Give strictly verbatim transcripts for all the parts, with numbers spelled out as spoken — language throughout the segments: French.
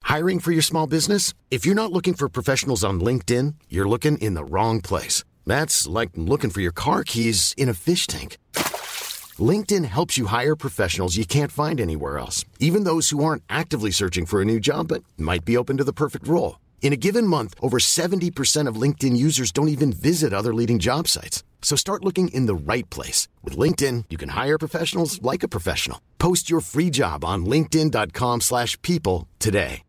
Hiring for your small business? If you're not looking for professionals on LinkedIn, you're looking in the wrong place. That's like looking for your car keys in a fish tank. LinkedIn helps you hire professionals you can't find anywhere else, even those who aren't actively searching for a new job but might be open to the perfect role. In a given month, over seventy percent of LinkedIn users don't even visit other leading job sites. So start looking in the right place. With LinkedIn, you can hire professionals like a professional. Post your free job on linkedin.com slash people today.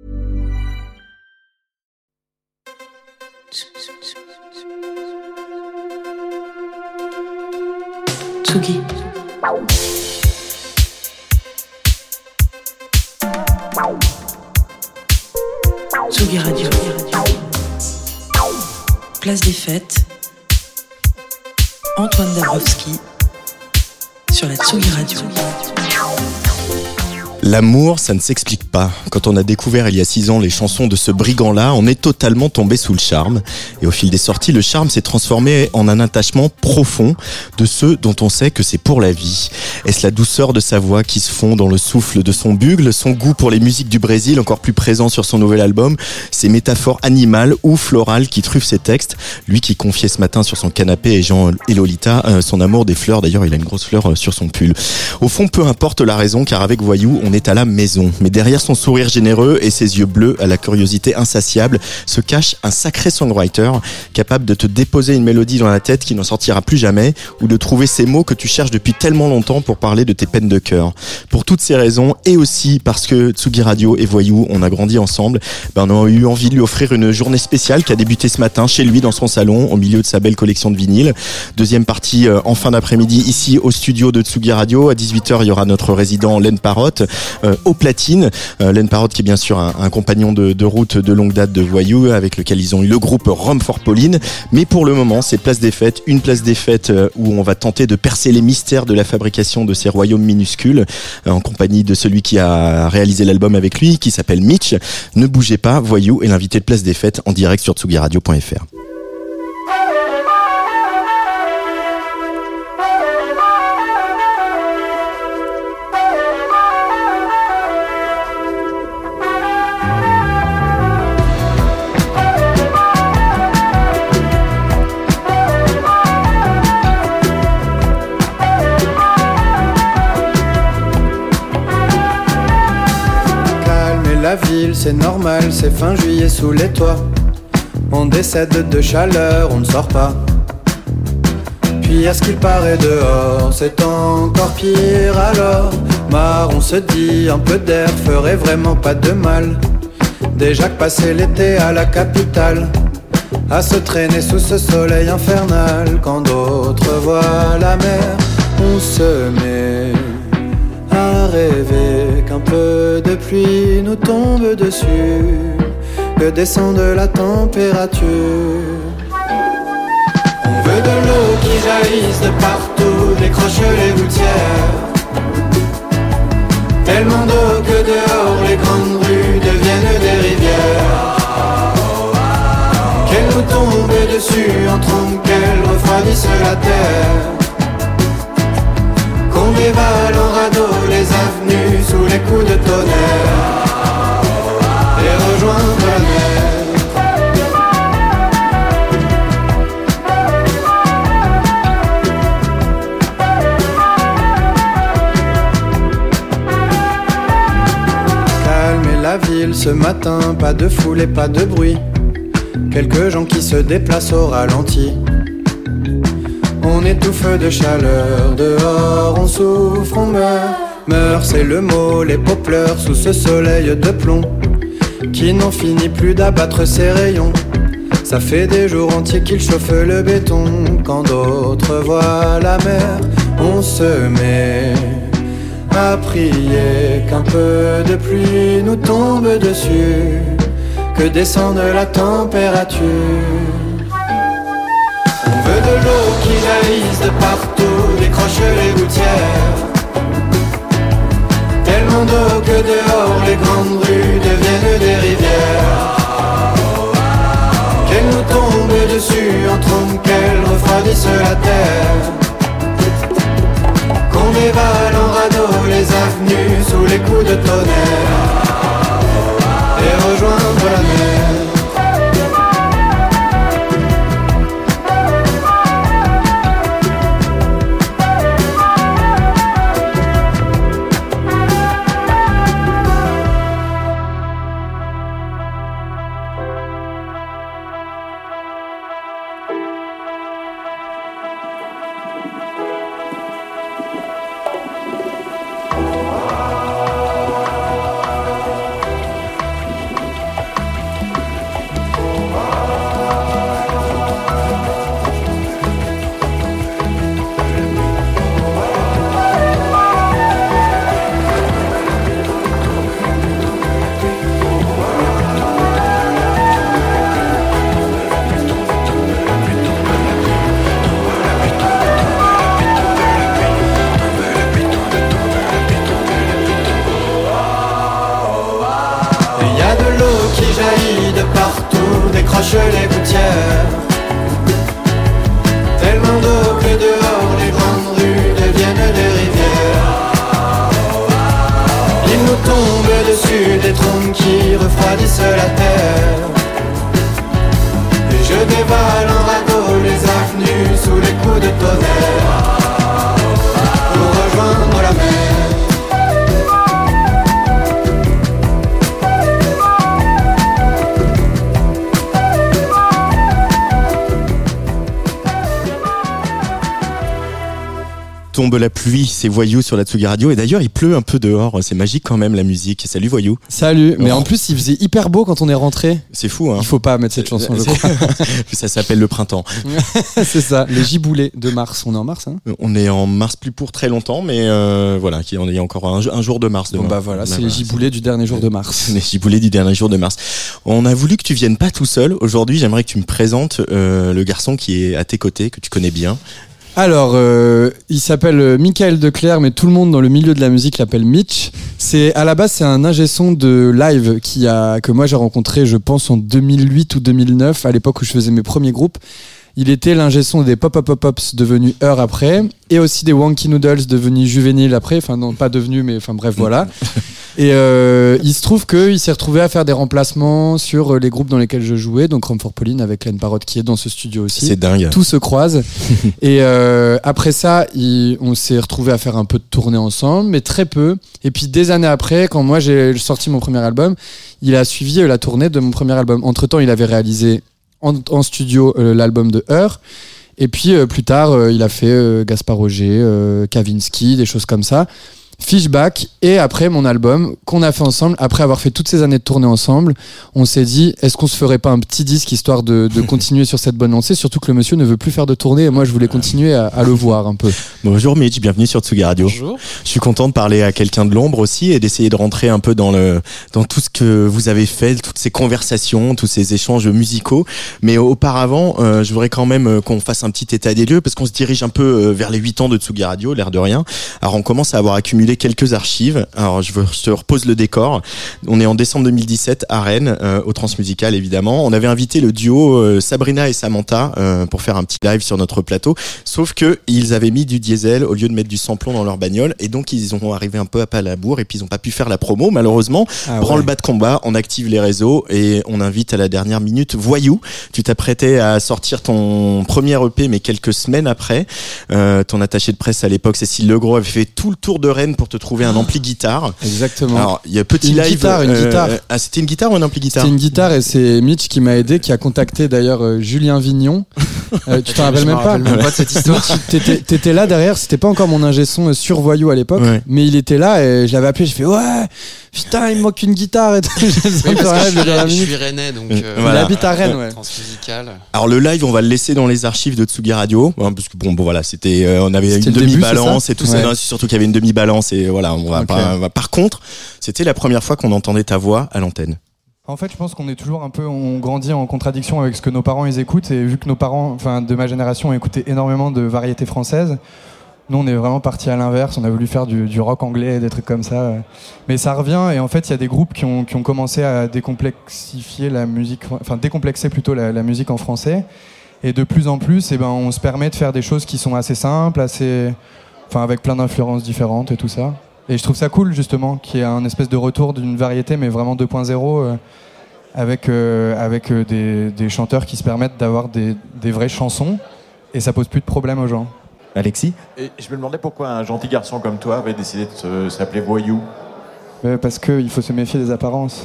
Tsugi. Tsugi Radio. Place des Fêtes. Antoine Dabrowski sur la Tsugi Radio. L'amour, ça ne s'explique pas. Quand on a découvert il y a six ans les chansons de ce brigand-là, on est totalement tombé sous le charme. Et au fil des sorties, le charme s'est transformé en un attachement profond de ceux dont on sait que c'est pour la vie. Est-ce la douceur de sa voix qui se fond dans le souffle de son bugle, son goût pour les musiques du Brésil encore plus présent sur son nouvel album, ses métaphores animales ou florales qui truffent ses textes, lui qui confiait ce matin sur son canapé et Jean et Lolita euh, son amour des fleurs, d'ailleurs il a une grosse fleur euh, sur son pull. Au fond, peu importe la raison, car avec Voyou, on est à la maison. Mais derrière son sourire généreux et ses yeux bleus à la curiosité insatiable se cache un sacré songwriter capable de te déposer une mélodie dans la tête qui n'en sortira plus jamais ou de trouver ces mots que tu cherches depuis tellement longtemps pour parler de tes peines de cœur. Pour toutes ces raisons et aussi parce que Tsugi Radio et Voyou, on a grandi ensemble, ben on a eu envie de lui offrir une journée spéciale qui a débuté ce matin chez lui dans son salon au milieu de sa belle collection de vinyles. Deuxième partie euh, en fin d'après-midi ici au studio de Tsugi Radio. À dix-huit heures, il y aura notre résident Len Parotte euh, au platine. Euh, Len Parotte qui est bien sûr un, un compagnon de, de route de longue date de Voyou avec lequel ils ont eu le groupe Rome for Pauline. Mais pour le moment, c'est Place des Fêtes, une place des fêtes euh, où on va tenter de percer les mystères de la fabrication de ces royaumes minuscules euh, en compagnie de celui qui a réalisé l'album avec lui, qui s'appelle Mitch. Ne bougez pas, Voyou est l'invité de Place des Fêtes en direct sur tsugi radio point f r. La ville, c'est normal, c'est fin juillet sous les toits. On décède de chaleur, on ne sort pas. Puis à ce qu'il paraît dehors, c'est encore pire alors. Marre, on se dit, un peu d'air ferait vraiment pas de mal. Déjà que passer l'été à la capitale, à se traîner sous ce soleil infernal. Quand d'autres voient la mer, on se met à rêver qu'un peu de pluie nous tombe dessus, que descende la température. On veut de l'eau qui jaillisse de partout, décroche les gouttières. Tellement d'eau que dehors les grandes rues deviennent des rivières. Qu'elle nous tombe dessus en trompe, qu'elle refroidisse la terre. Qu'on dévale en radeau les avenues sous les coups de tonnerre et rejoindre la mer. Calmer la ville ce matin, pas de foule et pas de bruit. Quelques gens qui se déplacent au ralenti. On étouffe de chaleur, dehors on souffre, on meurt. Meurt, c'est le mot, les peaux pleurent sous ce soleil de plomb qui n'en finit plus d'abattre ses rayons. Ça fait des jours entiers qu'il chauffe le béton. Quand d'autres voient la mer, on se met à prier qu'un peu de pluie nous tombe dessus, que descende la température. On veut de l'eau qui jaillisse de partout, décroche les gouttières. Tellement d'eau que dehors les grandes rues deviennent des rivières. Qu'elle nous tombe dessus en trompe, qu'elle refroidisse la terre. Qu'on dévale en radeau les avenues sous les coups de tonnerre arrache les gouttières. Tellement d'eau que dehors les grandes rues deviennent des rivières. Il nous tombe dessus des trompes qui refroidissent la terre. Et je dévale en radeau les avenues sous les coups de tonnerre pour rejoindre la mer. Tombe la pluie, c'est Voyou sur la Tsugi Radio. Et d'ailleurs, il pleut un peu dehors. C'est magique quand même la musique. Salut Voyou. Salut. Mais en plus, il faisait hyper beau quand on est rentré. C'est fou, hein. Il faut pas mettre cette chanson, je crois. Ça s'appelle le printemps. C'est ça. Le giboulé de mars. On est en mars, hein. On est en mars plus pour très longtemps, mais euh, voilà, on est encore un, un jour de mars demain. Bon bah voilà, c'est bah, les giboulés c'est... du dernier jour de mars. Les giboulés du dernier jour de mars. On a voulu que tu viennes pas tout seul. Aujourd'hui, j'aimerais que tu me présentes euh, le garçon qui est à tes côtés, que tu connais bien. Alors, euh, il s'appelle Michael Declerc, mais tout le monde dans le milieu de la musique l'appelle Mitch. C'est à la base, c'est un ingé son de live qui a que moi j'ai rencontré, je pense en deux mille huit ou deux mille neuf, à l'époque où je faisais mes premiers groupes. Il était l'ingé son des Pop Up Pop Ups devenus Heure après, et aussi des Wonky Noodles devenus Juvéniles après. Enfin non, pas devenus, mais enfin bref voilà. Et euh, il se trouve qu'il s'est retrouvé à faire des remplacements sur les groupes dans lesquels je jouais, donc Rome for Pauline avec Len Parrot qui est dans ce studio aussi. C'est dingue. Tout se croise. Et euh, après ça, il, on s'est retrouvé à faire un peu de tournée ensemble, mais très peu. Et puis des années après, quand moi j'ai sorti mon premier album, il a suivi la tournée de mon premier album. Entre-temps, il avait réalisé en, en studio euh, l'album de Heure. Et puis euh, plus tard, euh, il a fait euh, Gaspard Roger, euh, Kavinsky, des choses comme ça. Fishback, et après mon album qu'on a fait ensemble, après avoir fait toutes ces années de tournée ensemble, on s'est dit est-ce qu'on se ferait pas un petit disque histoire de, de continuer sur cette bonne lancée, surtout que le monsieur ne veut plus faire de tournée et moi je voulais continuer à, à le voir un peu. Bonjour Mitch, bienvenue sur Tsugi Radio. Bonjour. Je suis content de parler à quelqu'un de l'ombre aussi et d'essayer de rentrer un peu dans le dans tout ce que vous avez fait, toutes ces conversations, tous ces échanges musicaux. Mais auparavant, euh, je voudrais quand même qu'on fasse un petit état des lieux parce qu'on se dirige un peu vers les huit ans de Tsugi Radio, l'air de rien. Alors on commence à avoir accumulé quelques archives. Alors je, veux, je te repose le décor. On est en décembre deux mille dix-sept à Rennes, euh, au Transmusical évidemment. On avait invité le duo euh, Sabrina et Samantha euh, pour faire un petit live sur notre plateau. Sauf que ils avaient mis du diesel au lieu de mettre du sans-plomb dans leur bagnole et donc ils ont arrivé un peu à pas la bourre et puis ils ont pas pu faire la promo malheureusement. Ah, Prends ouais. le bas de combat, on active les réseaux et on invite à la dernière minute Voyou. Tu t'apprêtais à sortir ton premier E P mais quelques semaines après. Euh, ton attaché de presse à l'époque, Cécile Legros, avait fait tout le tour de Rennes pour te trouver un ampli guitare. Exactement. Alors, il y a petit une live. Guitare, une euh, guitare. Ah, c'était une guitare ou un ampli guitare ? C'était une guitare et c'est Mitch qui m'a aidé, qui a contacté d'ailleurs euh, Julien Vignon. Euh, tu t'en rappelles même pas ? Je me rappelle même pas de cette histoire. T'étais, t'étais là derrière, c'était pas encore mon ingé son sur Voyou à l'époque, ouais. Mais il était là et je l'avais appelé, j'ai fait ouais, putain, il me manque une guitare et tout. Oui, parce que je, suis, je suis rennais, donc euh, voilà. Il habite à Rennes, ouais. Transmusical. Alors le live, on va le laisser dans les archives de Tsugi Radio, hein, parce que bon, bon voilà, c'était, euh, on avait c'était une demi-balance début, et tout ça. Ouais. Surtout qu'il y avait une demi-balance et voilà, on va okay. pas. Va... Par contre, c'était la première fois qu'on entendait ta voix à l'antenne. En fait, je pense qu'on est toujours un peu, on grandit en contradiction avec ce que nos parents ils écoutent et vu que nos parents, enfin de ma génération, écoutaient énormément de variétés françaises. Nous, on est vraiment partis à l'inverse. On a voulu faire du, du rock anglais, des trucs comme ça. Mais ça revient. Et en fait, il y a des groupes qui ont, qui ont commencé à décomplexifier la musique, enfin décomplexer plutôt la, la musique en français. Et de plus en plus, eh ben, on se permet de faire des choses qui sont assez simples, assez, enfin avec plein d'influences différentes et tout ça. Et je trouve ça cool justement qu'il y ait un espèce de retour d'une variété, mais vraiment deux point zéro, euh, avec euh, avec euh, des, des chanteurs qui se permettent d'avoir des, des vraies chansons. Et ça pose plus de problème aux gens. Alexis ? Et je me demandais pourquoi un gentil garçon comme toi avait décidé de se, s'appeler Voyou. Euh, parce qu'il faut se méfier des apparences.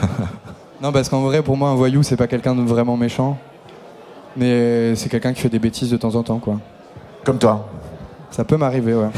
Non, parce qu'en vrai, pour moi, un voyou, c'est pas quelqu'un de vraiment méchant. Mais c'est quelqu'un qui fait des bêtises de temps en temps, quoi. Comme toi. Ça peut m'arriver, ouais.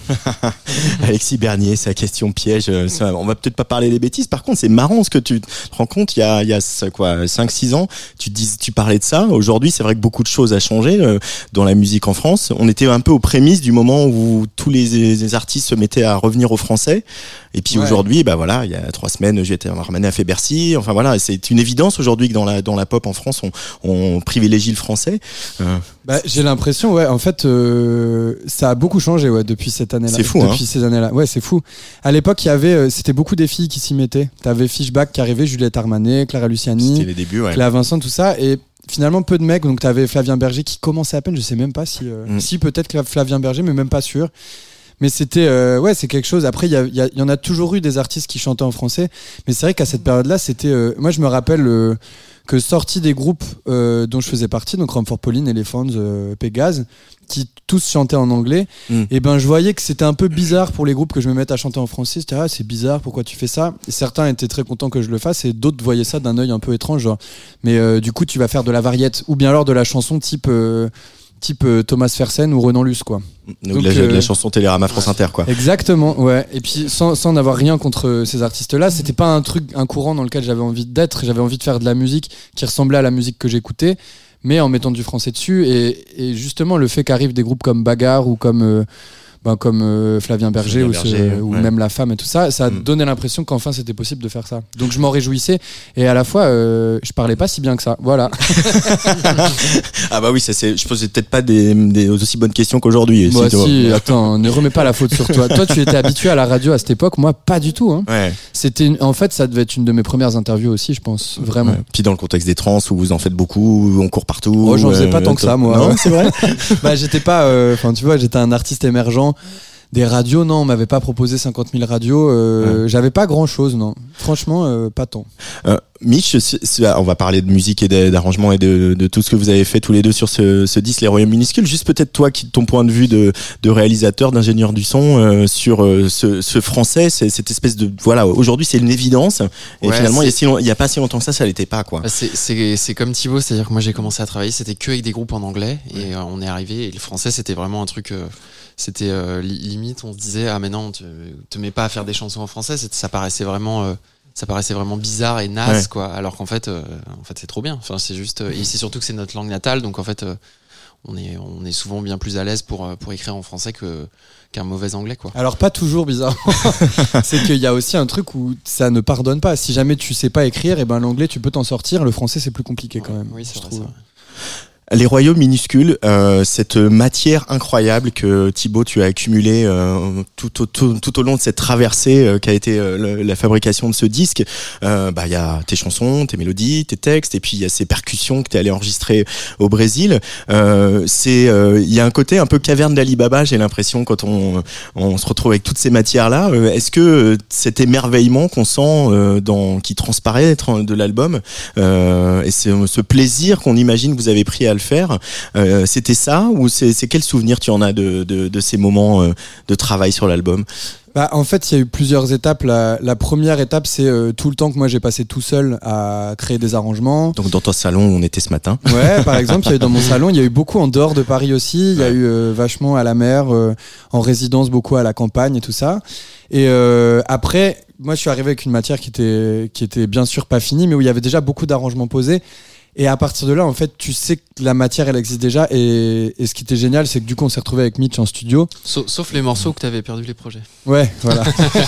Alexis Bernier, sa question piège. On va peut-être pas parler des bêtises. Par contre, c'est marrant ce que tu te rends compte. Il y a, il y a quoi, cinq six ans, tu dis, tu parlais de ça. Aujourd'hui, c'est vrai que beaucoup de choses ont changé euh, dans la musique en France. On était un peu aux prémices du moment où tous les, les artistes se mettaient à revenir au français. Et puis ouais. Aujourd'hui, bah voilà, il y a trois semaines, j'étais Armanet a fait Bercy. Enfin voilà, c'est une évidence aujourd'hui que dans la dans la pop en France, on, on privilégie le français. Euh, Bah, j'ai l'impression, ouais, en fait, euh, ça a beaucoup changé, ouais, depuis cette année-là. C'est fou, depuis hein. ces années-là. Ouais, c'est fou. À l'époque, il y avait, euh, c'était beaucoup des filles qui s'y mettaient. T'avais Fishback qui arrivait, Juliette Armanet, Clara Luciani, C'était les débuts, ouais. Cléa Vincent, tout ça, et finalement peu de mecs. Donc t'avais Flavien Berger qui commençait à peine, je sais même pas si, euh, Mm. si peut-être que Flavien Berger, mais même pas sûr. Mais c'était, euh, ouais, c'est quelque chose. Après, il y, a- il y, a- il y en a toujours eu des artistes qui chantaient en français, mais c'est vrai qu'à cette période-là, c'était, euh, moi, je me rappelle. Euh, que sortis des groupes euh, dont je faisais partie, donc Rome for Pauline, Elephants, euh, Pégase, qui tous chantaient en anglais, Mm. et ben je voyais que c'était un peu bizarre pour les groupes que je me mette à chanter en français. C'était ah, c'est bizarre, pourquoi tu fais ça? Et certains étaient très contents que je le fasse, et d'autres voyaient ça d'un œil un peu étrange, genre. Mais euh, du coup, tu vas faire de la variette, ou bien alors de la chanson type euh, type euh, Thomas Fersen ou Renan Luce, quoi. Donc, Donc, la, euh, la chanson Télérama France Inter, quoi. Exactement, ouais. Et puis sans, sans n'avoir rien contre ces artistes-là, c'était pas un truc, un courant dans lequel j'avais envie d'être. J'avais envie de faire de la musique qui ressemblait à la musique que j'écoutais, mais en mettant du français dessus. Et, et justement, le fait qu'arrivent des groupes comme Bagarre ou comme euh, ben, comme euh, Flavien Berger, Flavien ou, Berger, ce- ou ouais. même La Femme et tout ça, ça a Mm. donné l'impression qu'enfin c'était possible de faire ça. Donc je m'en réjouissais, et à la fois euh, je parlais pas si bien que ça. Voilà. Ah bah oui, ça c'est. Je posais peut-être pas des, des aussi bonnes questions qu'aujourd'hui. Moi si, toi. si, attends, ne remets pas la faute sur toi. Toi, tu étais habitué à la radio à cette époque, moi pas du tout. Hein. Ouais. C'était une- en fait, ça devait être une de mes premières interviews aussi, je pense, vraiment. Ouais. Puis dans le contexte des trans où vous en faites beaucoup, où on court partout. Oh, j'en faisais euh, pas tant que ça, moi. Non, c'est vrai. Bah, j'étais pas, enfin, tu vois, j'étais un artiste émergent. Des radios, non, on m'avait pas proposé cinquante mille radios. Euh, J'avais pas grand chose, non. Franchement, euh, pas tant. Euh, Mitch, c'est- c'est- on va parler de musique et de- d'arrangement et de, de tout ce que vous avez fait tous les deux sur ce, ce disque, Les Royaumes Minuscules. Juste peut-être toi, qui ton point de vue de, de réalisateur, d'ingénieur du son euh, sur euh, ce, ce français, c'est, cette espèce de voilà. Aujourd'hui, c'est une évidence et Ouais, finalement, il y, a c'est- si long- il y a pas si longtemps que ça, ça l'était pas, quoi. Bah, C'est, c'est, c'est comme Thibaut, c'est-à-dire que moi j'ai commencé à travailler, c'était que avec des groupes en anglais, et euh, on est arrivé, et le français c'était vraiment un truc, euh, c'était euh, li- limite, on se disait, ah mais non, tu te mets pas à faire des chansons en français, c'est- ça paraissait vraiment, euh, ça paraissait vraiment bizarre et naze, Ouais. quoi, alors qu'en fait, euh, en fait c'est trop bien, enfin, c'est juste, euh, et c'est surtout que c'est notre langue natale, donc en fait, euh, on est, on est souvent bien plus à l'aise pour, euh, pour écrire en français que, qu'un mauvais anglais, quoi. Alors pas toujours, bizarrement. C'est qu'il y a aussi un truc où ça ne pardonne pas. Si jamais tu sais pas écrire, et ben l'anglais tu peux t'en sortir. Le français c'est plus compliqué quand même. Oui, c'est je vrai, trouve. c'est vrai. Les Royaumes Minuscules, euh, cette matière incroyable que Thibaut tu as accumulée euh, tout, au, tout, tout au long de cette traversée euh, qu'a été euh, le- la fabrication de ce disque. Euh, bah il y a tes chansons, tes mélodies, tes textes, et puis il y a ces percussions que tu es allé enregistrer au Brésil. Euh, c'est euh, il y a un côté un peu caverne d'Ali Baba, j'ai l'impression, quand on on se retrouve avec toutes ces matières là. Euh, est-ce que euh, cet émerveillement qu'on sent euh, dans qui transparaît de l'album euh, et c'est ce plaisir qu'on imagine que vous avez pris à le faire, euh, c'était ça, ou c'est, c'est quel souvenir tu en as de, de, de ces moments euh, de travail sur l'album? Bah, en fait, il y a eu plusieurs étapes. La, la première étape, c'est euh, tout le temps que moi j'ai passé tout seul à créer des arrangements. Donc dans ton salon où on était ce matin. Ouais, par exemple, il y a eu dans mon salon, il y a eu beaucoup en dehors de Paris aussi. Il y a eu euh, vachement à la mer, euh, en résidence, beaucoup à la campagne et tout ça. Et euh, après, moi, je suis arrivé avec une matière qui était qui était bien sûr pas finie, mais où il y avait déjà beaucoup d'arrangements posés. Et à partir de là, en fait, tu sais que la matière, elle existe déjà. Et, et ce qui était génial, c'est que du coup, on s'est retrouvé avec Mitch en studio. Sauf, sauf les morceaux que t'avais perdu les projets. Ouais, voilà.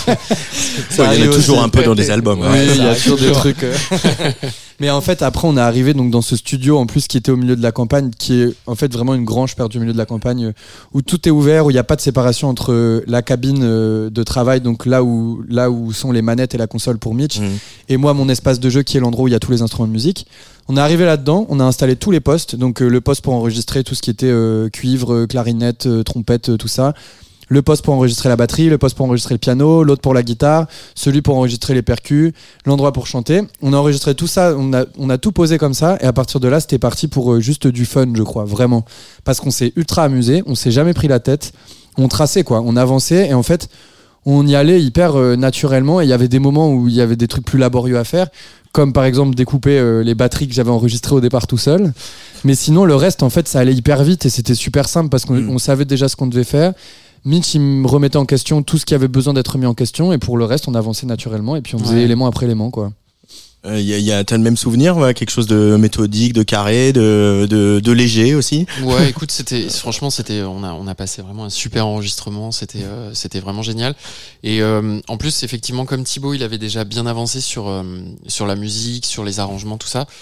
Il y en a toujours un peu dans des albums. Oui, il y a toujours des trucs. euh. Mais en fait, après, on est arrivé donc dans ce studio en plus qui était au milieu de la campagne, qui est en fait vraiment une grange perdue au milieu de la campagne, où tout est ouvert, où il n'y a pas de séparation entre la cabine euh, de travail, donc là où là où sont les manettes et la console pour Mitch, Mmh. et moi mon espace de jeu qui est l'endroit où il y a tous les instruments de musique. On est arrivé là-dedans, on a installé tous les postes, donc euh, le poste pour enregistrer tout ce qui était euh, cuivre, euh, clarinette, euh, trompette, euh, tout ça. Le poste pour enregistrer la batterie, le poste pour enregistrer le piano, l'autre pour la guitare, celui pour enregistrer les percus, l'endroit pour chanter. On a enregistré tout ça, on a, on a tout posé comme ça, et à partir de là, c'était parti pour euh, juste du fun, je crois, vraiment. Parce qu'on s'est ultra amusé, on s'est jamais pris la tête, on traçait quoi, on avançait, et en fait, on y allait hyper euh, naturellement, et il y avait des moments où il y avait des trucs plus laborieux à faire, comme par exemple découper euh, les batteries que j'avais enregistrées au départ tout seul. Mais sinon, le reste, en fait, ça allait hyper vite, et c'était super simple, parce qu'on Mmh. on savait déjà ce qu'on devait faire. Mitch, il me remettait en question tout ce qui avait besoin d'être mis en question, et pour le reste, on avançait naturellement, et puis on faisait Ouais. élément après élément, quoi. Euh, y a, y a, t'as le même souvenir, ouais, quelque chose de méthodique, de carré, de, de, de léger aussi? Ouais, écoute, c'était franchement, c'était on a on a passé vraiment un super enregistrement, c'était euh, c'était vraiment génial. Et euh, en plus, effectivement, comme Thibaut, il avait déjà bien avancé sur euh, sur la musique, sur les arrangements, tout ça.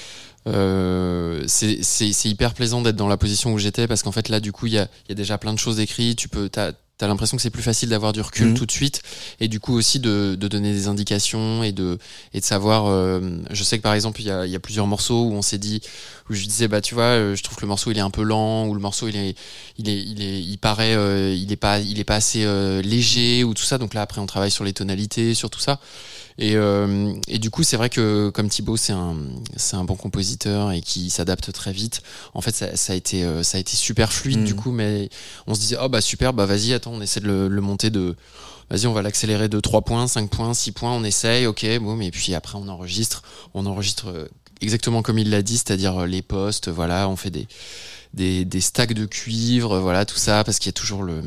Euh, c'est, c'est, c'est hyper plaisant d'être dans la position où j'étais parce qu'en fait là du coup il y a, y a déjà plein de choses écrites, tu peux, t'as, t'as l'impression que c'est plus facile d'avoir du recul mmh. tout de suite et du coup aussi de, de donner des indications et de, et de savoir, euh, je sais que par exemple il y a, y a plusieurs morceaux où on s'est dit, où je disais bah tu vois je trouve que le morceau il est un peu lent ou le morceau il est, il est, il est, il paraît, euh, il est pas, il est pas assez euh, léger ou tout ça, donc là après on travaille sur les tonalités, sur tout ça. Et, euh, et du coup, c'est vrai que comme Thibaut, c'est un, c'est un bon compositeur et qui s'adapte très vite. En fait, ça, ça a été, euh, ça a été super fluide mmh. du coup, mais on se disait, oh bah super, bah vas-y, attends, on essaie de le, le monter de, vas-y, on va l'accélérer de trois points, cinq points, six points, on essaye, ok, bon, mais puis après on enregistre, on enregistre exactement comme il l'a dit, c'est-à-dire les postes, voilà, on fait des, des, des stacks de cuivre, voilà, tout ça, parce qu'il y a toujours le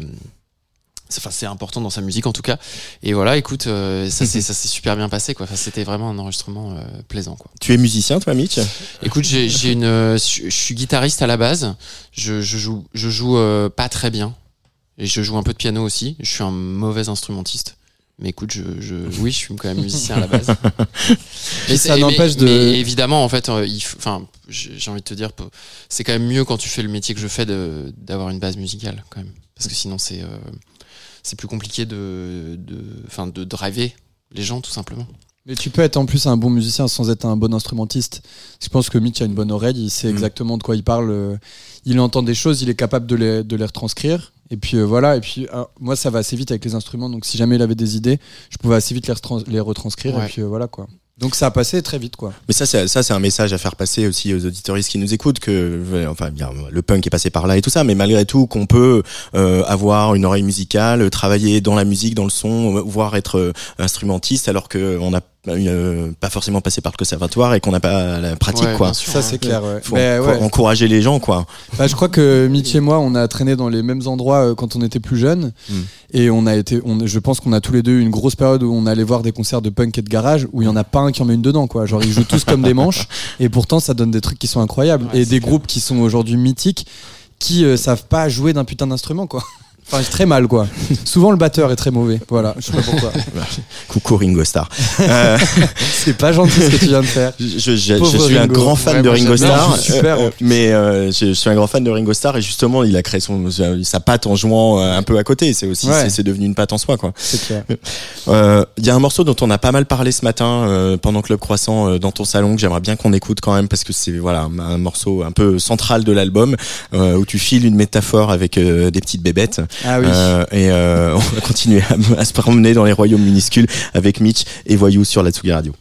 Enfin, c'est important dans sa musique en tout cas. Et voilà, écoute, euh, ça, c'est, ça s'est super bien passé, quoi. Enfin, c'était vraiment un enregistrement euh, plaisant, quoi. Tu es musicien, toi, Mitch ? Écoute, j'ai, j'ai une, euh, je suis guitariste à la base. Je, je joue, je joue euh, pas très bien. Et je joue un peu de piano aussi. Je suis un mauvais instrumentiste. Mais écoute, je, je, oui, je suis quand même musicien à la base. Mais ça n'empêche mais, de. Mais évidemment, en fait, euh, il, enfin, j'ai envie de te dire, c'est quand même mieux quand tu fais le métier que je fais de, d'avoir une base musicale, quand même. Parce que sinon, c'est. Euh, c'est plus compliqué de, de, enfin, de driver les gens, tout simplement. Mais tu peux être en plus un bon musicien sans être un bon instrumentiste. Je pense que Mitch a une bonne oreille, il sait exactement de quoi il parle. Il entend des choses, il est capable de les, de les retranscrire. Et puis euh, voilà, et puis euh, moi ça va assez vite avec les instruments, donc si jamais il avait des idées, je pouvais assez vite les, retrans- les retranscrire, ouais. Et puis euh, voilà quoi. Donc ça a passé très vite, quoi. Mais ça, c'est, ça, c'est un message à faire passer aussi aux auditeuristes qui nous écoutent, que, enfin, bien, le punk est passé par là et tout ça, mais malgré tout, qu'on peut euh, avoir une oreille musicale, travailler dans la musique, dans le son, voire être euh, instrumentiste, alors qu'on n'a euh, pas forcément passé par le conservatoire et qu'on n'a pas la pratique, ouais, quoi. Sûr, ça, c'est clair, ouais. Faut mais, en, ouais. encourager les gens, quoi. Bah, je crois que Mitch et moi, on a traîné dans les mêmes endroits euh, quand on était plus jeunes, mm. et on a été, on, je pense qu'on a tous les deux eu une grosse période où on allait voir des concerts de punk et de garage où il y en a pas un qui en met une dedans, quoi. Genre ils jouent tous comme des manches et pourtant ça donne des trucs qui sont incroyables, ouais, et des clair. Groupes qui sont aujourd'hui mythiques qui euh, savent pas jouer d'un putain d'instrument, quoi. Enfin, très mal, quoi. Souvent, le batteur est très mauvais. Voilà, je sais pas pourquoi. Coucou Ringo Starr. Euh... C'est pas gentil ce que tu viens de faire. Je, je, je, je suis Ringo. un grand fan ouais, de Ringo Starr. Non, super, euh, mais euh, je, je suis un grand fan de Ringo Starr et justement, il a créé son, sa patte en jouant un peu à côté. C'est aussi, ouais. c'est, c'est devenu une patte en soi, quoi. C'est clair. Il euh, y a un morceau dont on a pas mal parlé ce matin euh, pendant Club Croissant euh, dans ton salon que j'aimerais bien qu'on écoute quand même parce que c'est voilà un, un morceau un peu central de l'album euh, où tu files une métaphore avec euh, des petites bébêtes. Ah oui. Euh, et euh, on va continuer à, à se promener dans les royaumes minuscules avec Mitch et Voyou sur la Tsugi Radio.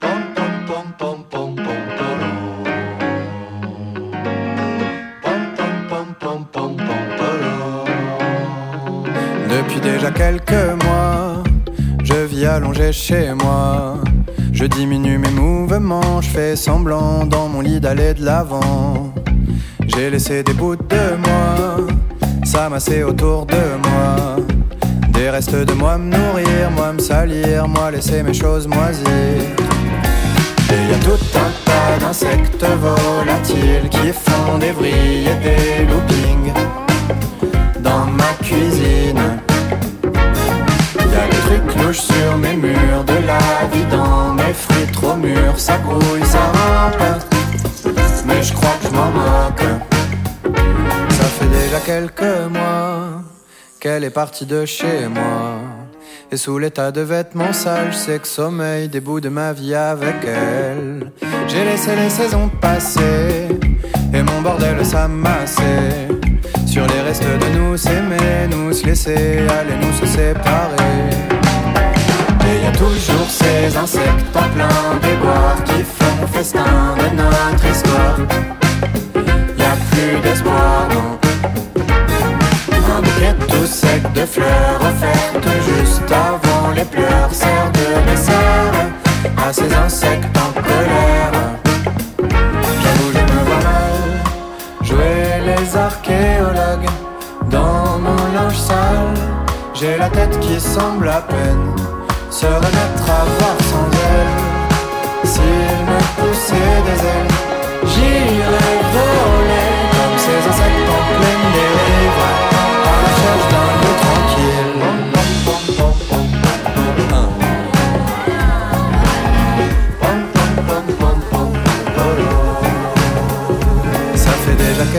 Depuis déjà quelques mois, je vis allongé chez moi. Je diminue mes mouvements, je fais semblant dans mon lit d'aller de l'avant. J'ai laissé des bouts de moi s'amasser autour de moi, des restes de moi me nourrir, moi me salir, moi laisser mes choses moisir. Et y a tout un tas d'insectes volatiles qui font des vrilles et des loopings dans ma cuisine. Y'a des trucs louches sur mes murs, de la vie dans mes fruits trop mûrs, ça grouille, ça rampe, mais je crois que je m'en moque. Ça fait déjà quelques mois qu'elle est partie de chez moi. Et sous les tas de vêtements sales, je sais que sommeil des bouts de ma vie avec elle. J'ai laissé les saisons passer et mon bordel s'amasser sur les restes de nous s'aimer, nous se laisser aller, nous se séparer. Et y a toujours ces insectes en plein déboire qui font festin de notre histoire. Y'a plus d'espoir, non. Un bouquet tout sec de fleurs offertes juste avant les pleurs sert de dessert à ces insectes en colère. J'avoue je me vois mal jouer les archéologues dans mon linge sale. J'ai la tête qui semble à peine se remettre à voir sans elle. S'il me poussait des ailes, j'irais voler comme ces insectes en pleine dérive, à la recherche d'un lieu tranquille.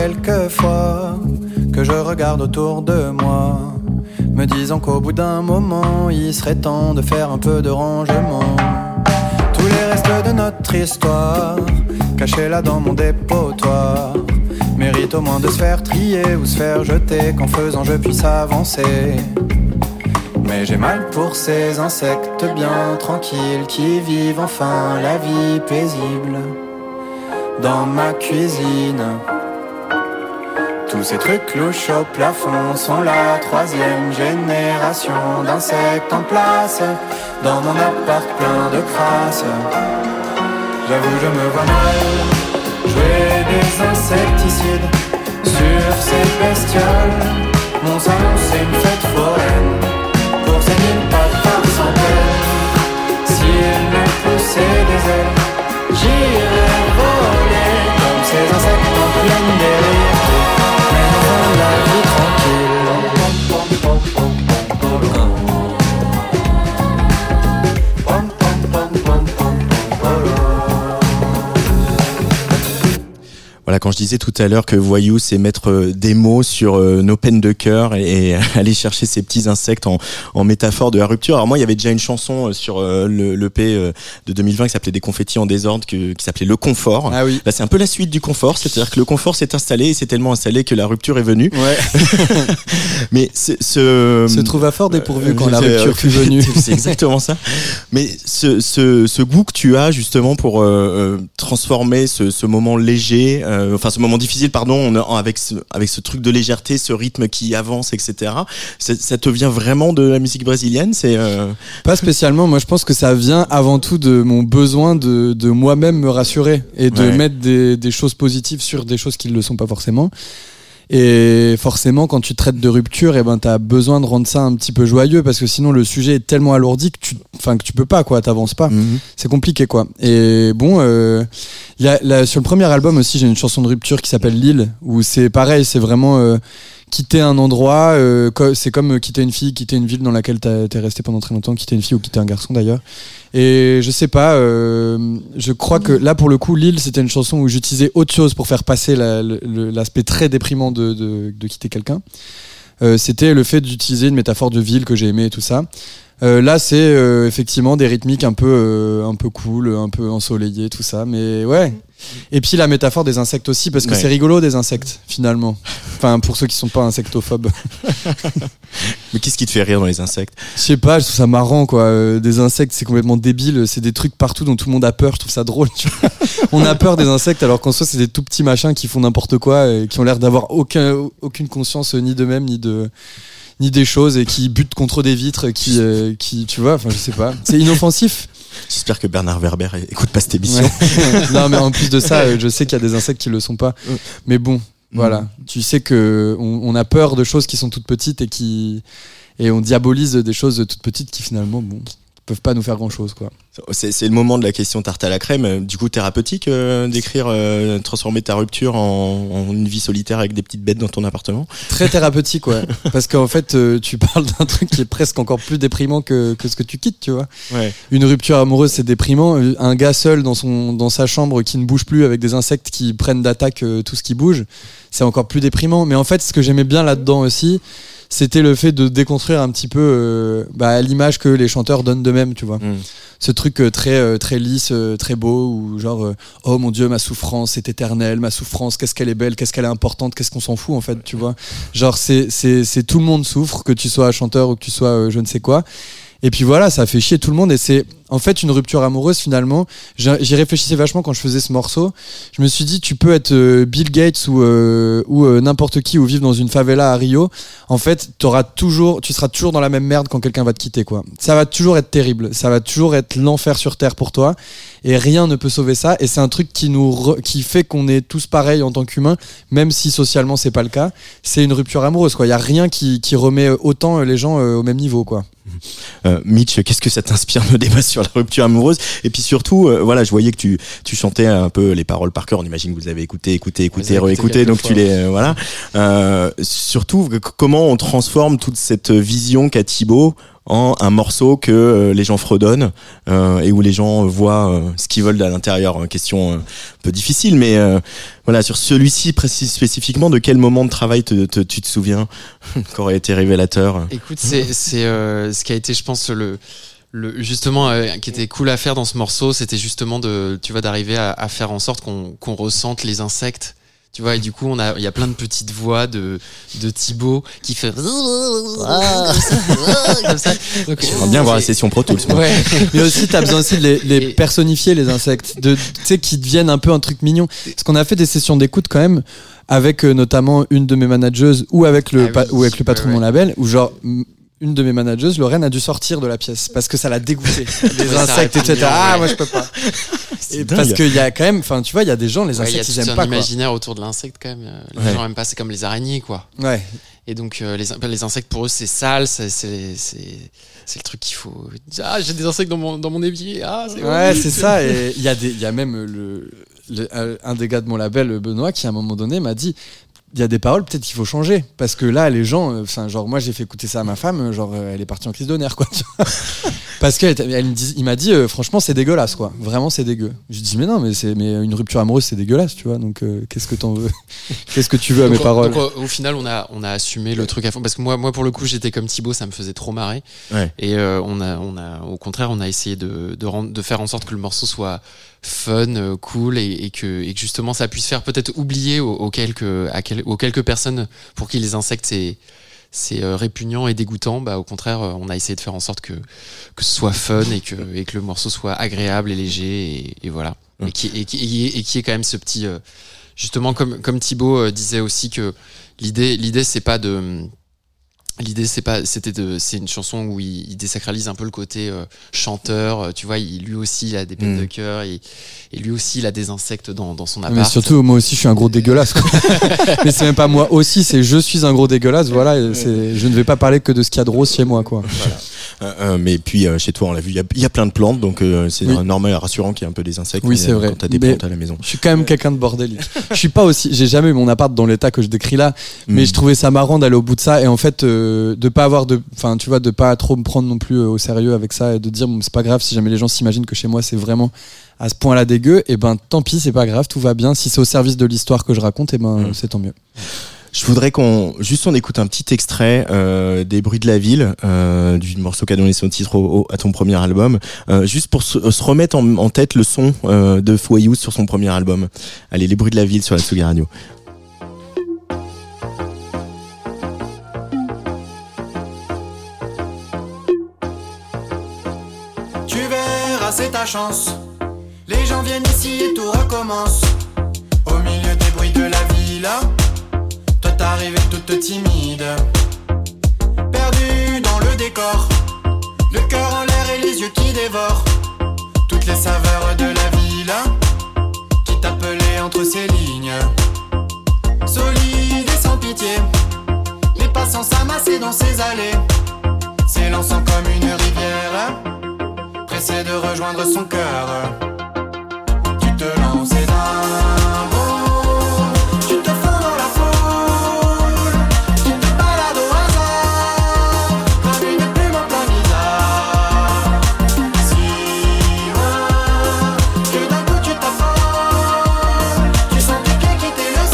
quelquefois que je regarde autour de moi, me disant qu'au bout d'un moment, il serait temps de faire un peu de rangement. Tous les restes de notre histoire, cachés là dans mon dépotoir, méritent au moins de se faire trier ou se faire jeter, qu'en faisant je puisse avancer. Mais j'ai mal pour ces insectes bien tranquilles qui vivent enfin la vie paisible dans ma cuisine. Tous ces trucs louches au plafond sont la troisième génération d'insectes en place dans mon appart plein de crasse. J'avoue je me vois mal jouer des insecticides sur ces bestioles. Mon salon c'est une fête foraine pour ces mille pattes par centaines. S'ils me poussaient des ailes, j'irais voler comme ces insectes en pleine dérive. Mais enfin la vie tranquille. Voilà, quand je disais tout à l'heure que voyou, c'est mettre des mots sur euh, nos peines de cœur et, et aller chercher ces petits insectes en, en métaphore de la rupture. Alors moi, il y avait déjà une chanson sur euh, le l'E P euh, de deux mille vingt qui s'appelait Des confettis en désordre, que, qui s'appelait Le Confort. Ah oui. Là, c'est un peu la suite du confort, c'est-à-dire que le confort s'est installé et c'est tellement installé que la rupture est venue. Ouais. Mais ce, ce se trouve à fort dépourvu euh, quand la euh, rupture fut venue. C'est exactement ça. Mais ce, ce, ce goût que tu as justement pour euh, transformer ce, ce moment léger, euh, enfin ce moment difficile, pardon, on, avec ce, avec ce truc de légèreté, ce rythme qui avance, et cetera. Ça, ça te vient vraiment de la musique brésilienne, c'est euh... Pas spécialement. Moi, je pense que ça vient avant tout de mon besoin de, de moi-même me rassurer et de ouais. mettre des, des choses positives sur des choses qui ne le sont pas forcément. Et forcément, quand tu traites de rupture, eh ben, t'as besoin de rendre ça un petit peu joyeux parce que sinon le sujet est tellement alourdi que tu, enfin, que tu peux pas, quoi, t'avances pas. Mm-hmm. C'est compliqué, quoi. Et bon, euh, y a, là, sur le premier album aussi, j'ai une chanson de rupture qui s'appelle L'île, où c'est pareil, c'est vraiment euh, quitter un endroit, euh, c'est comme quitter une fille, quitter une ville dans laquelle t'as, t'es resté pendant très longtemps, quitter une fille ou quitter un garçon d'ailleurs. Et je sais pas, euh, je crois que là pour le coup, L'île, c'était une chanson où j'utilisais autre chose pour faire passer la, le, l'aspect très déprimant de, de, de quitter quelqu'un. Euh, c'était le fait d'utiliser une métaphore de ville que j'ai aimée et tout ça. Euh, là, c'est euh, effectivement des rythmiques un peu, euh, un peu cool, un peu ensoleillées, tout ça. Mais ouais. Et puis la métaphore des insectes aussi, parce que ouais. c'est rigolo des insectes finalement. Enfin, pour ceux qui sont pas insectophobes. Mais qu'est-ce qui te fait rire dans les insectes ? Je sais pas, je trouve ça marrant, quoi. Euh, des insectes, c'est complètement débile. C'est des trucs partout dont tout le monde a peur. Je trouve ça drôle. Tu vois. On a peur des insectes, alors qu'en soi, c'est des tout petits machins qui font n'importe quoi et qui ont l'air d'avoir aucun, aucune conscience ni d'eux-mêmes ni de. ni des choses et qui butent contre des vitres, qui, euh, qui tu vois, enfin je sais pas, c'est inoffensif. J'espère que Bernard Werber écoute pas cette émission. Ouais. Non mais en plus de ça, je sais qu'il y a des insectes qui le sont pas. Mais bon, voilà, mmh. tu sais que on, on a peur de choses qui sont toutes petites et qui et on diabolise des choses toutes petites qui finalement bon peuvent pas nous faire grand chose, quoi. C'est, c'est le moment de la question tarte à la crème, du coup thérapeutique euh, d'écrire, euh, transformer ta rupture en, en une vie solitaire avec des petites bêtes dans ton appartement. Très thérapeutique, ouais. Parce qu'en fait, euh, tu parles d'un truc qui est presque encore plus déprimant que, que ce que tu quittes, tu vois. Ouais. Une rupture amoureuse, c'est déprimant. Un gars seul dans son dans sa chambre qui ne bouge plus avec des insectes qui prennent d'attaque euh, tout ce qui bouge, c'est encore plus déprimant. Mais en fait, ce que j'aimais bien là-dedans aussi, c'était le fait de déconstruire un petit peu euh, bah, l'image que les chanteurs donnent d'eux-mêmes, tu vois. Mmh. Ce truc euh, très euh, très lisse, euh, très beau, où genre euh, oh mon Dieu, ma souffrance est éternelle, ma souffrance, qu'est-ce qu'elle est belle, qu'est-ce qu'elle est importante, qu'est-ce qu'on s'en fout en fait, tu vois. Genre c'est c'est c'est tout le monde souffre, que tu sois chanteur ou que tu sois euh, je ne sais quoi. Et puis voilà, ça fait chier tout le monde et c'est en fait une rupture amoureuse finalement. J'y réfléchissais vachement quand je faisais ce morceau. Je me suis dit tu peux être euh, Bill Gates ou euh, ou euh, n'importe qui ou vivre dans une favela à Rio. En fait, t'auras toujours, tu seras toujours dans la même merde quand quelqu'un va te quitter, quoi. Ça va toujours être terrible, ça va toujours être l'enfer sur terre pour toi et rien ne peut sauver ça. Et c'est un truc qui nous re, qui fait qu'on est tous pareils en tant qu'humains, même si socialement c'est pas le cas. C'est une rupture amoureuse, quoi. Il y a rien qui qui remet autant les gens euh, au même niveau, quoi. Euh, Mitch, qu'est-ce que ça t'inspire de débat sur la rupture amoureuse ? Et puis surtout, euh, voilà, je voyais que tu tu chantais un peu les paroles par cœur. On imagine que vous avez écouté, écouté, écouté, réécouté, donc fois. tu les euh, voilà. Euh, surtout, comment on transforme toute cette vision qu'a Thibaut en un morceau que euh, les gens fredonnent euh, et où les gens voient euh, ce qu'ils veulent à l'intérieur. Question euh, un peu difficile, mais euh, voilà, sur celui-ci précis spécifiquement, de quel moment de travail te, te, tu te souviens qu'aurait été révélateur? Écoute, c'est, c'est euh, ce qui a été, je pense, le... Le, justement, euh, qui était cool à faire dans ce morceau, c'était justement de, tu vois, d'arriver à, à faire en sorte qu'on, qu'on ressente les insectes, tu vois, et du coup, on a, il y a plein de petites voix de, de Thibaut qui fait comme ça. Donc, j'aimerais bien voir la session Pro Tools. Ouais. Mais aussi, t'as besoin aussi de les, les et... personnifier, les insectes, de, tu sais, qui deviennent un peu un truc mignon. Parce qu'on a fait des sessions d'écoute quand même, avec euh, notamment une de mes manageuses ou avec le, ah pa- oui, ou avec le patron ouais, de mon label, où genre, une de mes managers, Lorraine, a dû sortir de la pièce parce que ça l'a dégoûté. Les ouais, insectes, et cetera. Ah, ouais. Moi, je peux pas. Et parce qu'il y a quand même, enfin, tu vois, il y a des gens, les insectes, ouais, ils aiment pas. Il y a tout un imaginaire autour de l'insecte quand même. Les ouais. gens aiment pas, c'est comme les araignées, quoi. Ouais. Et donc, euh, les, les insectes, pour eux, c'est sale, c'est, c'est, c'est, c'est le truc qu'il faut. Ah, j'ai des insectes dans mon, dans mon évier. Ah, c'est ouais, horrible. C'est ça. Et il y a des, il y a même le, le, un des gars de mon label, Benoît, qui à un moment donné m'a dit, il y a des paroles peut-être qu'il faut changer parce que là les gens enfin euh, genre moi j'ai fait écouter ça à ma femme genre euh, elle est partie en crise de nerfs quoi parce que elle, elle me dit, il m'a dit euh, franchement c'est dégueulasse quoi, vraiment c'est dégueu. Je dis mais non mais c'est mais une rupture amoureuse c'est dégueulasse tu vois donc euh, qu'est-ce que t'en veux qu'est-ce que tu veux à donc, mes paroles donc, au final on a on a assumé le truc à fond parce que moi moi pour le coup j'étais comme Thibaut, ça me faisait trop marrer ouais. et euh, on a on a au contraire on a essayé de de rendre, de faire en sorte que le morceau soit fun, euh, cool et, et que et que justement ça puisse faire peut-être oublier aux, aux quelques à quel, aux quelques personnes pour qui les insectes c'est c'est euh, répugnant et dégoûtant. Bah au contraire euh, on a essayé de faire en sorte que que ce soit fun et que et que le morceau soit agréable et léger et, et voilà mmh. et qui et qui et qui est quand même ce petit euh, justement comme comme Thibaut euh, disait aussi que l'idée l'idée c'est pas de L'idée c'est pas c'était de c'est une chanson où il, il désacralise un peu le côté euh, chanteur euh, tu vois il, lui aussi il a des peines mmh. de cœur et, et lui aussi il a des insectes dans dans son appart. Mais surtout moi aussi je suis un gros dégueulasse quoi. Mais c'est même pas moi aussi c'est je suis un gros dégueulasse voilà et c'est je ne vais pas parler que de ce qu'il y a de rose chez moi quoi. Voilà. Euh, euh, mais puis euh, chez toi on l'a vu il y a, y a plein de plantes donc euh, c'est oui. normal et rassurant qu'il y ait un peu des insectes. Oui c'est vrai. Quand t'as des mais plantes à la maison. Je suis quand même quelqu'un de bordélique. Je suis pas aussi j'ai jamais eu mon appart dans l'état que je décris là mais mmh. je trouvais ça marrant d'aller au bout de ça et en fait euh, de pas avoir de enfin tu vois de pas trop me prendre non plus au sérieux avec ça et de dire bon, c'est pas grave si jamais les gens s'imaginent que chez moi c'est vraiment à ce point là dégueu et ben tant pis c'est pas grave tout va bien si c'est au service de l'histoire que je raconte et ben mmh. c'est tant mieux. Je voudrais qu'on juste on écoute un petit extrait euh, des Bruits de la ville euh, du morceau qui a donné son titre au, au, à ton premier album euh, juste pour se, se remettre en, en tête le son euh, de Foyou sur son premier album. Allez, les Bruits de la ville sur la Tsugi Radio. C'est ta chance. Les gens viennent ici et tout recommence. Au milieu des bruits de la ville, toi t'arrives toute timide, perdue dans le décor, le cœur en l'air et les yeux qui dévorent toutes les saveurs de la ville qui t'appelait entre ces lignes. Solide et sans pitié, les passants s'amassaient dans ces allées, s'élançant comme une rivière, pressé de rejoindre son cœur. Tu te lances d'un bond, tu te fonds dans la foule, tu te balades au hasard, comme une plume en plein bizarre. Si loin, que d'un coup tu t'affoles, tu sens tes pieds quitter le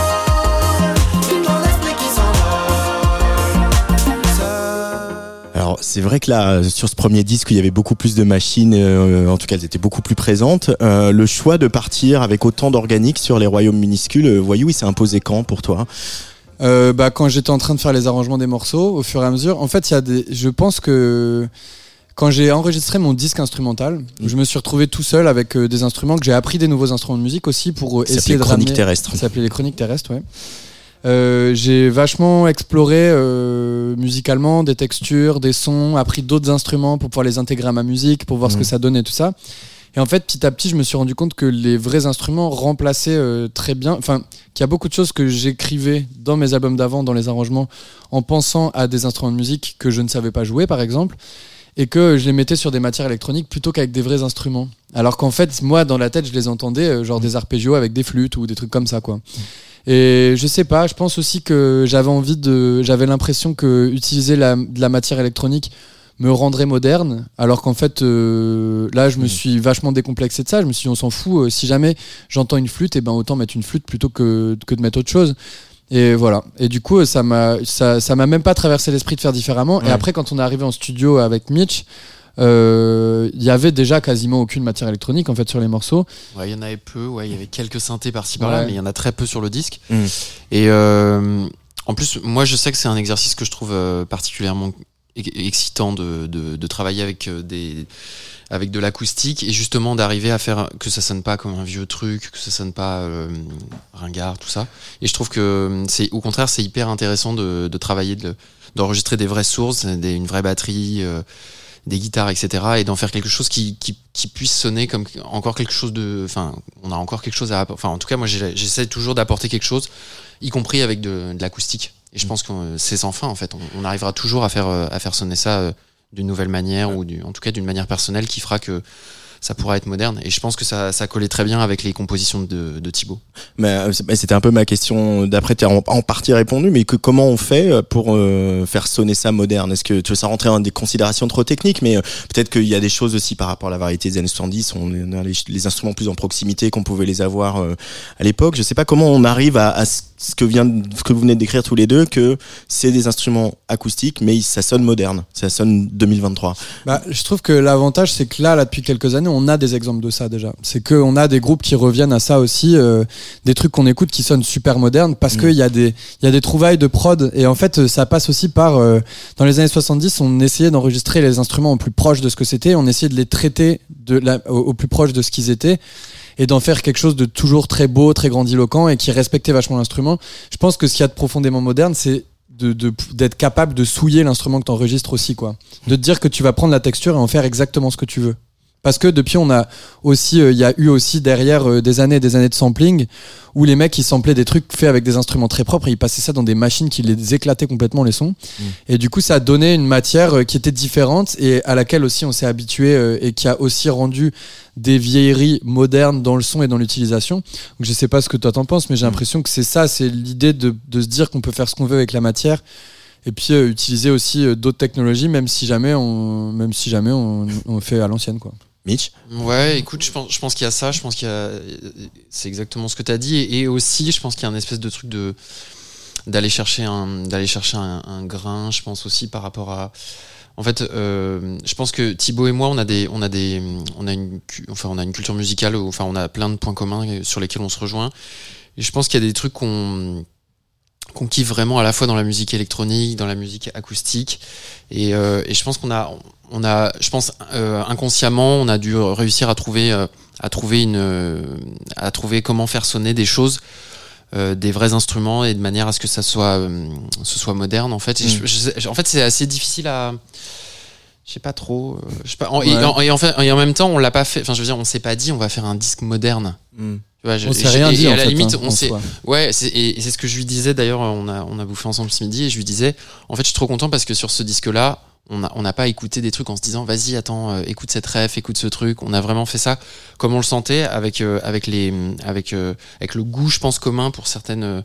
sol, et ton esprit qui s'envole. Seul. Alors c'est vrai que là sur ce premier disque il y avait beaucoup plus de machines, euh, en tout cas elles étaient beaucoup plus présentes. Euh, le choix de partir avec autant d'organique sur les royaumes minuscules, euh, Voyou, il s'est imposé quand pour toi ? euh, bah, Quand j'étais en train de faire les arrangements des morceaux, au fur et à mesure. En fait, il y a des, je pense que quand j'ai enregistré mon disque instrumental, mmh. je me suis retrouvé tout seul avec euh, des instruments que j'ai appris des nouveaux instruments de musique aussi pour euh, essayer de ramener. Chroniques terrestres. Ça s'appelait les Chroniques terrestres, ouais. Euh, j'ai vachement exploré euh, musicalement des textures, des sons, appris d'autres instruments pour pouvoir les intégrer à ma musique, pour voir mmh. ce que ça donnait, tout ça. Et en fait, petit à petit, je me suis rendu compte que les vrais instruments remplaçaient euh, très bien, enfin, qu'il y a beaucoup de choses que j'écrivais dans mes albums d'avant, dans les arrangements, en pensant à des instruments de musique que je ne savais pas jouer, par exemple, et que je les mettais sur des matières électroniques plutôt qu'avec des vrais instruments. Alors qu'en fait, moi, dans la tête, je les entendais, euh, genre des arpégios avec des flûtes ou des trucs comme ça, quoi. Mmh. Et je sais pas, je pense aussi que j'avais envie de, j'avais l'impression que utiliser la, de la matière électronique me rendrait moderne, alors qu'en fait euh, là je me Mmh. suis vachement décomplexé de ça. Je me suis dit on s'en fout, euh, si jamais j'entends une flûte, et ben autant mettre une flûte plutôt que, que de mettre autre chose. Et voilà. Et du coup ça m'a ça, ça m'a même pas traversé l'esprit de faire différemment. Ouais. Et après quand on est arrivé en studio avec Mitch, il euh, y avait déjà quasiment aucune matière électronique en fait sur les morceaux. Ouais, il y en avait peu, ouais, il y avait quelques synthés par-ci par-là, Ouais. mais il y en a très peu sur le disque. Mmh. Et euh, en plus, moi je sais que c'est un exercice que je trouve euh, particulièrement e- excitant de, de, de travailler avec euh, des avec de l'acoustique et justement d'arriver à faire que ça sonne pas comme un vieux truc, que ça sonne pas euh, ringard, tout ça. Et je trouve que c'est au contraire c'est hyper intéressant de, de travailler, de, d'enregistrer des vraies sources, des, une vraie batterie, euh, des guitares, et cetera. Et d'en faire quelque chose qui, qui, qui puisse sonner comme encore quelque chose de, enfin, on a encore quelque chose à, enfin, en tout cas moi j'ai- j'essaie toujours d'apporter quelque chose, y compris avec de, de l'acoustique. Et je pense que c'est sans fin en fait. On, on arrivera toujours à faire euh, à faire sonner ça euh, d'une nouvelle manière ou du, en tout cas d'une manière personnelle qui fera que ça pourra être moderne. Et je pense que ça, ça collait très bien avec les compositions de, de Thibaut. Mais euh, c'est- mais c'était un peu ma question d'après, tu as en, en partie répondu, mais que, comment on fait pour euh, faire sonner ça moderne? Est-ce que tu veux ça rentrer dans des considérations trop techniques, mais euh, peut-être qu'il y a des choses aussi par rapport à la variété des années soixante-dix, on a les, les instruments plus en proximité qu'on pouvait les avoir euh, à l'époque. Je sais pas comment on arrive à, à ce ce que vient, de- ce que vous venez de décrire tous les deux, que c'est des instruments acoustiques, mais ça sonne moderne, ça sonne deux mille vingt-trois. Bah, je trouve que l'avantage, c'est que là, là, depuis quelques années, on a des exemples de ça déjà. C'est qu'on a des groupes qui reviennent à ça aussi, euh, des trucs qu'on écoute qui sonnent super modernes, parce Mm. qu'il y a des, il y a des trouvailles de prod. Et en fait, ça passe aussi par, euh, dans les années soixante-dix, on essayait d'enregistrer les instruments au plus proche de ce que c'était, on essayait de les traiter de la, au, au plus proche de ce qu'ils étaient, et d'en faire quelque chose de toujours très beau, très grandiloquent, et qui respectait vachement l'instrument. Je pense que ce qu'il y a de profondément moderne, c'est de, de, d'être capable de souiller l'instrument que tu enregistres aussi, quoi. De te dire que tu vas prendre la texture et en faire exactement ce que tu veux. Parce que depuis, on a aussi, il euh, y a eu aussi derrière euh, des années et des années de sampling où les mecs ils samplaient des trucs faits avec des instruments très propres et ils passaient ça dans des machines qui les éclataient complètement les sons. Mmh. Et du coup, ça a donné une matière euh, qui était différente et à laquelle aussi on s'est habitué euh, et qui a aussi rendu des vieilleries modernes dans le son et dans l'utilisation. Donc je sais pas ce que toi t'en penses, mais j'ai l'impression que c'est ça, c'est l'idée de, de se dire qu'on peut faire ce qu'on veut avec la matière. Et puis euh, utiliser aussi euh, d'autres technologies, même si jamais on, même si jamais on, on fait à l'ancienne, quoi. Mitch? Ouais, écoute, je pense, je pense qu'il y a ça, je pense qu'il y a, c'est exactement ce que tu as dit, et, et aussi, je pense qu'il y a un espèce de truc de d'aller chercher un, d'aller chercher un, un grain. Je pense aussi par rapport à, en fait, euh, je pense que Thibaut et moi, on a des, on a des, on a une, enfin, on a une culture musicale, où, enfin, on a plein de points communs sur lesquels on se rejoint. Et je pense qu'il y a des trucs qu'on qu'on kiffe vraiment à la fois dans la musique électronique, dans la musique acoustique, et, euh, et je pense qu'on a, on a, je pense euh, inconsciemment, on a dû réussir à trouver, euh, à trouver une, euh, à trouver comment faire sonner des choses, euh, des vrais instruments, et de manière à ce que ça soit, euh, ce soit moderne en fait. Et Mmh. je, je, en fait, c'est assez difficile à, je sais pas trop, euh, je sais pas. En, Ouais. et, en, et en fait, et en même temps, on l'a pas fait. Enfin, je veux dire, on s'est pas dit, on va faire un disque moderne. Mmh. Tu vois, je- On s'est et- rien et dit à en la fait, limite, hein, on en s'est, soi. ouais, c'est, et c'est ce que je lui disais d'ailleurs. On a, on a bouffé ensemble ce midi et je lui disais, en fait, je suis trop content parce que sur ce disque-là, on a, on n'a pas écouté des trucs en se disant, vas-y, attends, euh, écoute cette ref, écoute ce truc. On a vraiment fait ça comme on le sentait, avec, euh, avec les, avec, euh, avec le goût, je pense, commun pour certaines. Euh,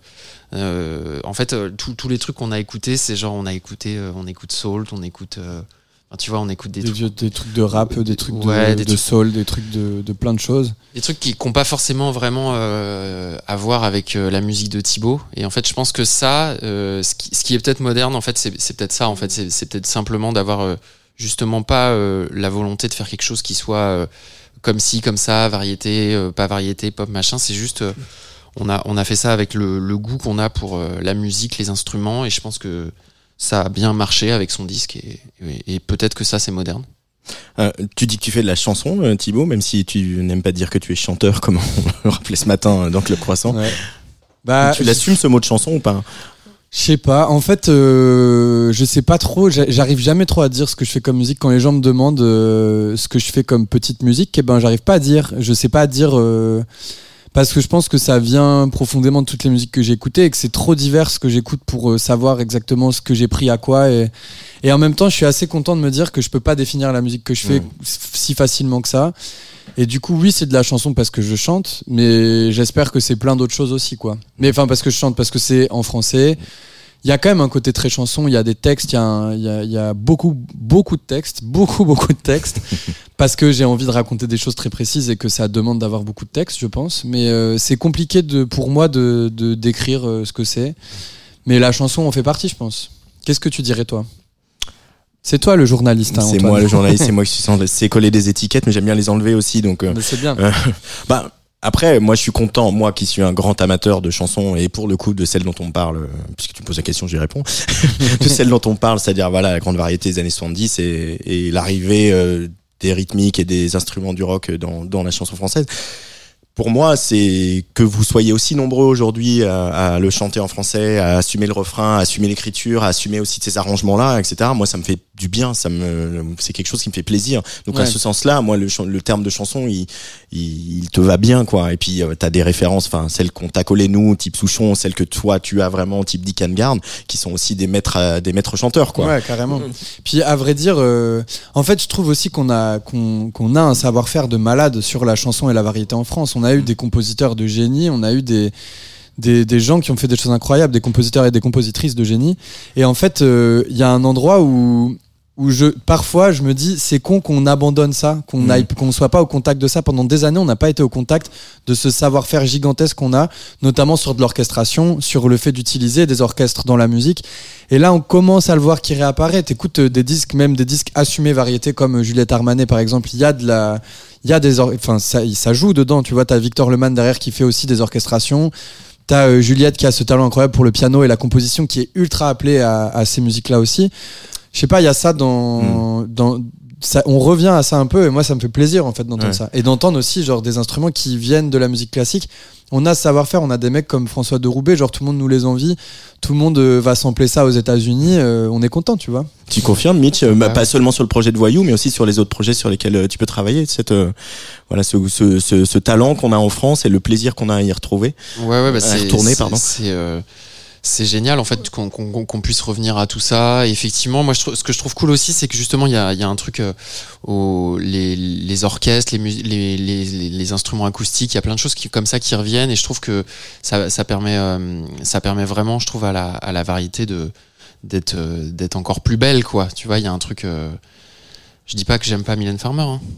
euh, en fait, euh, tous tous les trucs qu'on a écoutés, c'est genre, on a écouté, euh, on écoute Salt, on écoute. Euh, Enfin, tu vois, on écoute des, Des, trucs, vieux- des trucs de rap, des trucs Ouais, de, des de trucs- soul, des trucs de, de plein de choses. des trucs qui n'ont pas forcément vraiment euh, à voir avec euh, la musique de Thibaut. Et en fait, je pense que ça, euh, ce, qui, ce qui est peut-être moderne, en fait, c'est, c'est peut-être ça. En fait, c'est, c'est peut-être simplement d'avoir euh, justement pas euh, la volonté de faire quelque chose qui soit euh, comme ci, comme ça, variété, euh, pas variété, pop, machin. C'est juste, euh, on a, on a fait ça avec le, le goût qu'on a pour euh, la musique, les instruments. Et je pense que ça a bien marché avec son disque. Et, et, et peut-être que ça, c'est moderne. Euh, tu dis que tu fais de la chanson, euh, Thibaut, même si tu n'aimes pas dire que tu es chanteur, comme on le rappelait ce matin euh, dans Club Croissant. Ouais. Bah, tu l'assumes ce mot de chanson ou pas? Je sais pas. En fait, euh, je sais pas trop. J'a- J'arrive jamais trop à dire ce que je fais comme musique. Quand les gens me demandent euh, ce que je fais comme petite musique, eh ben, j'arrive pas à dire. Je sais pas à dire. Euh, Parce que je pense que ça vient profondément de toutes les musiques que j'ai écoutées et que c'est trop divers ce que j'écoute pour euh, savoir exactement ce que j'ai pris à quoi. Et, et en même temps, je suis assez content de me dire que je peux pas définir la musique que je fais Mmh. si facilement que ça. Et du coup, oui, c'est de la chanson parce que je chante, mais j'espère que c'est plein d'autres choses aussi, quoi. Mais enfin, parce que je chante, parce que c'est en français. il y a quand même un côté très chanson, il y a des textes, il y a, un, il y a, il y a beaucoup, beaucoup de textes, beaucoup, beaucoup de textes, parce que j'ai envie de raconter des choses très précises et que ça demande d'avoir beaucoup de textes, je pense. Mais euh, c'est compliqué de, pour moi de, de décrire euh, ce que c'est. Mais la chanson en fait partie, je pense. Qu'est-ce que tu dirais, toi ? C'est toi le journaliste, hein, C'est Antoine. moi le journaliste, c'est moi qui suis censé coller des étiquettes, mais j'aime bien les enlever aussi. Donc, euh, Mais c'est bien. euh, bah, après, moi je suis content, moi qui suis un grand amateur de chansons, et pour le coup de celle dont on parle, euh, puisque tu me poses la question, j'y réponds, de celle dont on parle, c'est-à-dire voilà, la grande variété des années soixante-dix et, et l'arrivée euh, des rythmiques et des instruments du rock dans, dans la chanson française. Pour moi, c'est que vous soyez aussi nombreux aujourd'hui à, à le chanter en français, à assumer le refrain, à assumer l'écriture, à assumer aussi ces arrangements-là, et cetera. Moi, ça me fait du bien, ça me, c'est quelque chose qui me fait plaisir. Donc, Ouais. à ce sens-là, moi, le, le terme de chanson, il, il, il te va bien, quoi. Et puis, euh, t'as des références, enfin, celles qu'on t'a collées nous, type Souchon, celles que toi, tu as vraiment, type Dick Garn, qui sont aussi des maîtres, euh, des maîtres chanteurs, quoi. Ouais, carrément. Puis à vrai dire, euh, en fait, je trouve aussi qu'on a qu'on qu'on a un savoir-faire de malade sur la chanson et la variété en France. On a eu des compositeurs de génie, on a eu des des, des gens qui ont fait des choses incroyables, des compositeurs et des compositrices de génie. Et en fait, il euh, y a un endroit où où je parfois je me dis c'est con qu'on abandonne ça, qu'on Mmh. aille, qu'on soit pas au contact de ça. Pendant des années, on n'a pas été au contact de ce savoir-faire gigantesque qu'on a, notamment sur de l'orchestration, sur le fait d'utiliser des orchestres dans la musique. Et là, on commence à le voir qui réapparaît. T'écoutes des disques, même des disques assumés variétés comme Juliette Armanet, par exemple. Il y a de la, il y a des, or- enfin, ça, ça joue dedans. Tu vois, t'as Victor Lemann derrière qui fait aussi des orchestrations. T'as euh, Juliette qui a ce talent incroyable pour le piano et la composition qui est ultra appelée à, à ces musiques-là aussi. Je sais pas, il y a ça dans, Mm. dans, ça, on revient à ça un peu et moi ça me fait plaisir en fait d'entendre Ouais. ça et d'entendre aussi genre des instruments qui viennent de la musique classique. On a ce savoir-faire, on a des mecs comme François de Roubaix, genre tout le monde nous les envie, tout le monde euh, va sampler ça aux États-Unis, euh, on est content, tu vois. Tu confirmes, Mitch, euh, bah, Ouais. pas seulement sur le projet de Voyou, mais aussi sur les autres projets sur lesquels euh, tu peux travailler, cette, euh, voilà, ce, ce, ce, ce talent qu'on a en France et le plaisir qu'on a à y retrouver. Ouais, ouais, bah À c'est retourner, c'est- pardon. C'est euh, c'est génial en fait qu'on qu'on qu'on puisse revenir à tout ça. Et effectivement, moi, je trouve, ce que je trouve cool aussi, c'est que justement, il y a, il y a un truc euh, au, les, les orchestres, les, mus- les, les, les, les instruments acoustiques, il y a plein de choses qui, comme ça qui reviennent. Et je trouve que ça, ça permet, euh, ça permet vraiment, je trouve, à la, à la variété de d'être euh, d'être encore plus belle, quoi. Tu vois, il y a un truc. Euh, je dis pas que j'aime pas Mylène Farmer. Hein.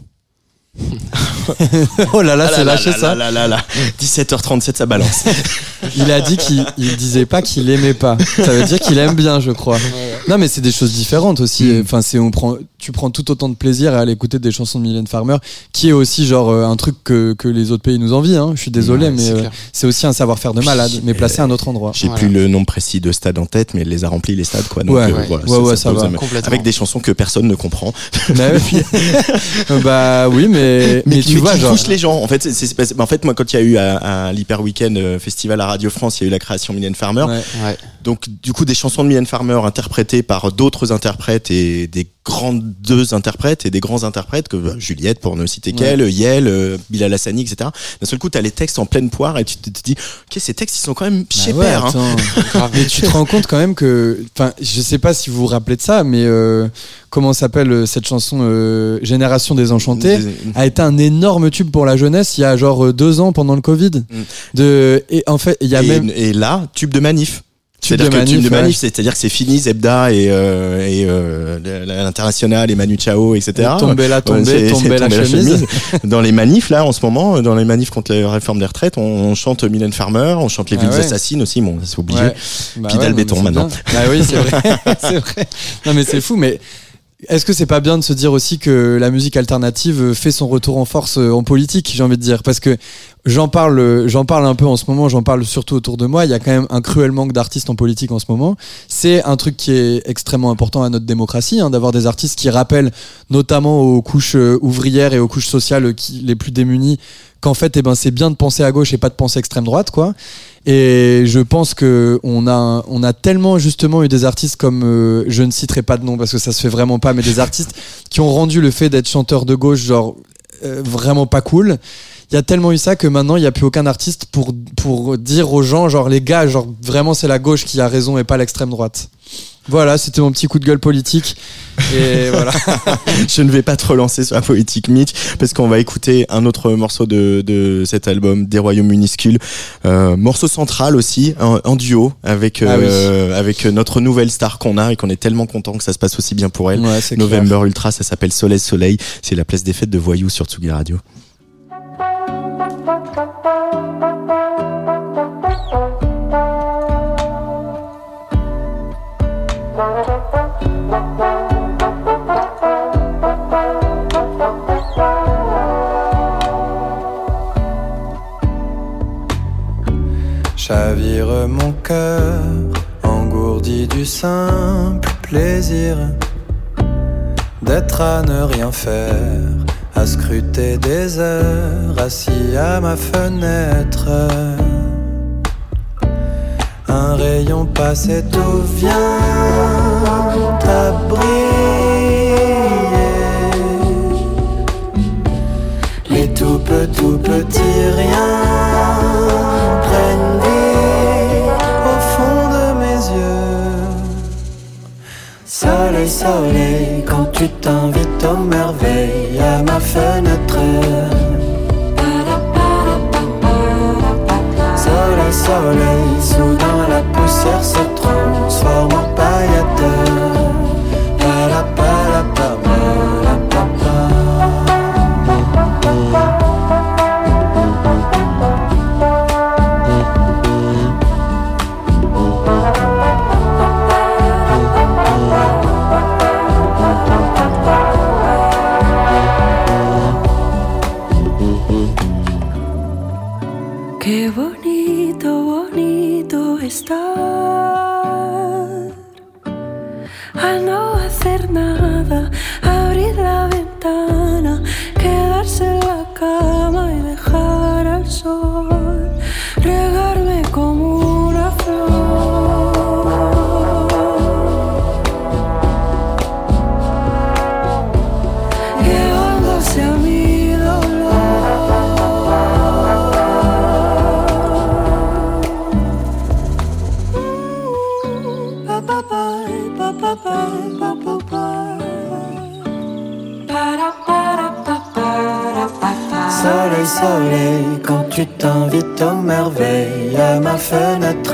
Oh là là, Ah c'est là lâché là ça. là là là là. dix-sept heures trente-sept, ça balance. Il a dit qu'il il disait pas qu'il aimait pas. Ça veut dire qu'il aime bien, je crois. Non, mais c'est des choses différentes aussi. Mm. Enfin, c'est on prend, tu prends tout autant de plaisir à aller écouter des chansons de Mylène Farmer, qui est aussi genre euh, un truc que, que les autres pays nous envient. Hein. Je suis désolé, Ouais, mais c'est euh, clair. c'est aussi un savoir-faire de malade, mais placé à un autre endroit. J'ai Voilà. plus le nombre précis de stades en tête, mais elle les a remplis les stades, quoi. Donc, Ouais, euh, ouais. voilà, Ouais, ouais, ça pose va, un- complètement. Avec des chansons que personne ne comprend. Bah, oui. bah oui, mais, mais, tu mais vois, qui genre. touche les gens. En fait, c'est, c'est, c'est- en fait, moi, quand il y a eu à, à l'Hyper Weekend euh, Festival à Radio France, il y a eu la création Mylène Farmer. Ouais. Ouais. Donc, du coup, des chansons de Mylène Farmer interprétées par d'autres interprètes et des grandes deux interprètes et des grands interprètes, que bah, Juliette, pour ne citer Ouais. qu'elle, Yel, euh, Bilal Hassani, et cetera. D'un seul coup, t'as les textes en pleine poire et tu te, te dis, ok, ces textes, ils sont quand même chez Bah ouais, père. Hein. attends. Grave. Mais tu te rends compte quand même que, enfin, je sais pas si vous vous rappelez de ça, mais euh, comment s'appelle euh, cette chanson euh, Génération désenchantée a été un énorme tube pour la jeunesse il y a genre euh, deux ans pendant le Covid. Mm. De et en fait il y a et, même et là, tube de manif. Tube C'est-à-dire de que tube manif, de ouais. manif, c'est-à-dire que c'est fini Zebda et, euh, et euh, l'international et Manu Chao, et cetera. tomber là, tomber, Ouais, c'est- tomber c'est la tomber chemise. Dans les manifs, là, en ce moment, dans les manifs contre la réforme des retraites, on, on chante Mylène Farmer, on chante Les Ah Villes ouais. Assassines aussi, bon, c'est obligé. Ouais. Bah Puis ouais, Dalbéton, non, mais c'est maintenant. bien. Bah oui, c'est vrai. c'est vrai. Non mais c'est fou, mais est-ce que c'est pas bien de se dire aussi que la musique alternative fait son retour en force euh, en politique, j'ai envie de dire, parce que j'en parle, euh, j'en parle un peu en ce moment, j'en parle surtout autour de moi. Il y a quand même un cruel manque d'artistes en politique en ce moment. C'est un truc qui est extrêmement important à notre démocratie, hein, d'avoir des artistes qui rappellent, notamment aux couches euh, ouvrières et aux couches sociales qui, les plus démunies, qu'en fait, eh ben, c'est bien de penser à gauche et pas de penser extrême droite, quoi. Et je pense que on a, on a tellement justement eu des artistes comme, euh, je ne citerai pas de nom parce que ça se fait vraiment pas, mais des artistes qui ont rendu le fait d'être chanteur de gauche genre euh, vraiment pas cool. Il y a tellement eu ça que maintenant il y a plus aucun artiste pour pour dire aux gens genre les gars genre vraiment c'est la gauche qui a raison et pas l'extrême droite. Voilà, c'était mon petit coup de gueule politique. Et voilà. Je ne vais pas te relancer sur la politique, Mitch, parce qu'on va écouter un autre morceau de, de cet album, Des Royaumes Minuscules. Euh, morceau central aussi, en, en duo, avec, ah euh, oui. avec notre nouvelle star qu'on a et qu'on est tellement content que ça se passe aussi bien pour elle. Ouais, c'est November clair. Ultra, ça s'appelle Soleil Soleil. C'est la place des fêtes de Voyou sur Tsugi Radio. Chavire mon cœur, engourdi du simple plaisir d'être à ne rien faire, à scruter des heures, assis à ma fenêtre. Un rayon passe et tout vient à briller. Les tout peu, tout petits riens prennent vie au fond de mes yeux. Soleil, soleil, quand tu t'invites aux merveilles à ma fenêtre. Soleil, soleil, soudain la poussière se transforme en paillettes. Pala, pala, pala, pala, pala. Qué bonito, bonito estar a no hacer nada, abrir la ventana, quedarse en la cama y dejar al sol regarme como una flor. Llevándose a mi dolor. Soleil, soleil, quand tu t'invites aux merveilles à ma fenêtre.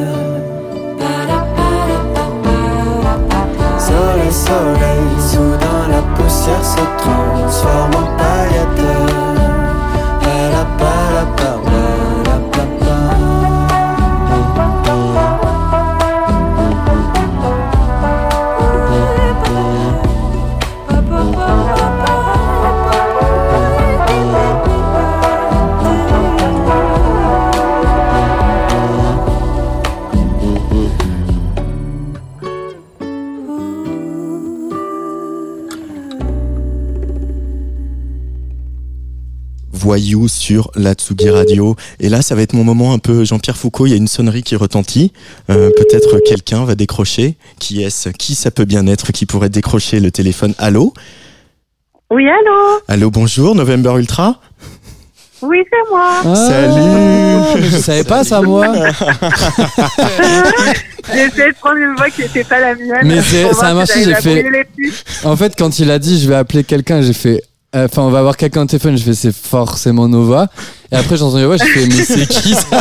Soleil, soleil, soudain la poussière se transforme en paillettes. Pala, pala, pala, pala, pala. Voyou sur la Tsugi Radio. Et là, ça va être mon moment un peu Jean-Pierre Foucault. Il y a une sonnerie qui retentit. Euh, peut-être quelqu'un va décrocher. Qui est-ce? Qui ça peut bien être qui pourrait décrocher le téléphone? Allô? Oui, allô? Allô, bonjour, November Ultra? Oui, c'est moi. Ah, salut. Je savais pas ça, moi. J'ai essayé de prendre une voix qui n'était pas la mienne. Mais c'est, ça a marché, j'ai fait. En fait, quand il a dit je vais appeler quelqu'un, j'ai fait. Enfin, on va avoir quelqu'un au téléphone, je fais c'est forcément Nova. Et après, j'ai entendu Nova, je fais mais c'est qui ça?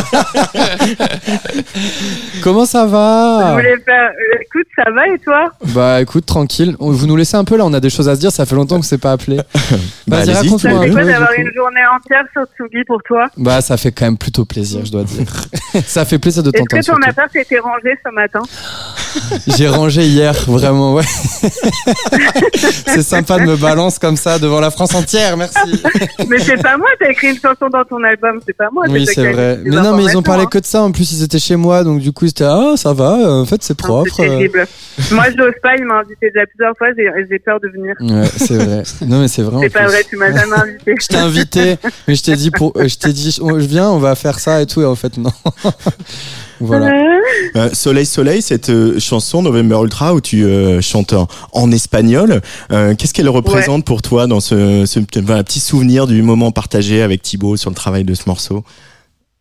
Comment ça va? Je voulais faire. Écoute, ça va et toi? Bah écoute, tranquille. Vous nous laissez un peu là, on a des choses à se dire, ça fait longtemps que c'est pas appelé. Bah, Vas-y, allez-y, raconte-moi Ça un fait peu. quoi du d'avoir coup. une journée entière sur Tsugi pour toi? Bah ça fait quand même plutôt plaisir, je dois dire. Ça fait plaisir de Est-ce que t'entendre. ton surtout. appart était rangé ce matin? J'ai rangé hier, vraiment, ouais. C'est sympa de me balancer comme ça devant la France entière, merci. Mais c'est pas moi, t'as écrit une chanson dans ton album, c'est pas moi. Oui, toi c'est qui as vrai. mis des Mais non, mais ils ont informations, parlé hein. que de ça. En plus, ils étaient chez moi, donc du coup, c'était ah, ça va. En fait, c'est Non, propre. C'est terrible. Moi, je n'ose pas, il m'a invité déjà plusieurs fois, j'ai, j'ai peur de venir. Ouais, c'est vrai. Non, mais c'est vrai. en C'est pas plus. vrai, tu m'as jamais invité. Je t'ai invité, mais je t'ai dit pour, euh, je t'ai dit, oh, je viens, on va faire ça et tout, et en fait non. Voilà. Euh, Soleil Soleil, cette euh, chanson November Ultra où tu euh, chantes en, en espagnol, euh, qu'est-ce qu'elle représente pour toi dans ce, ce voilà, petit souvenir du moment partagé avec Thibaut sur le travail de ce morceau?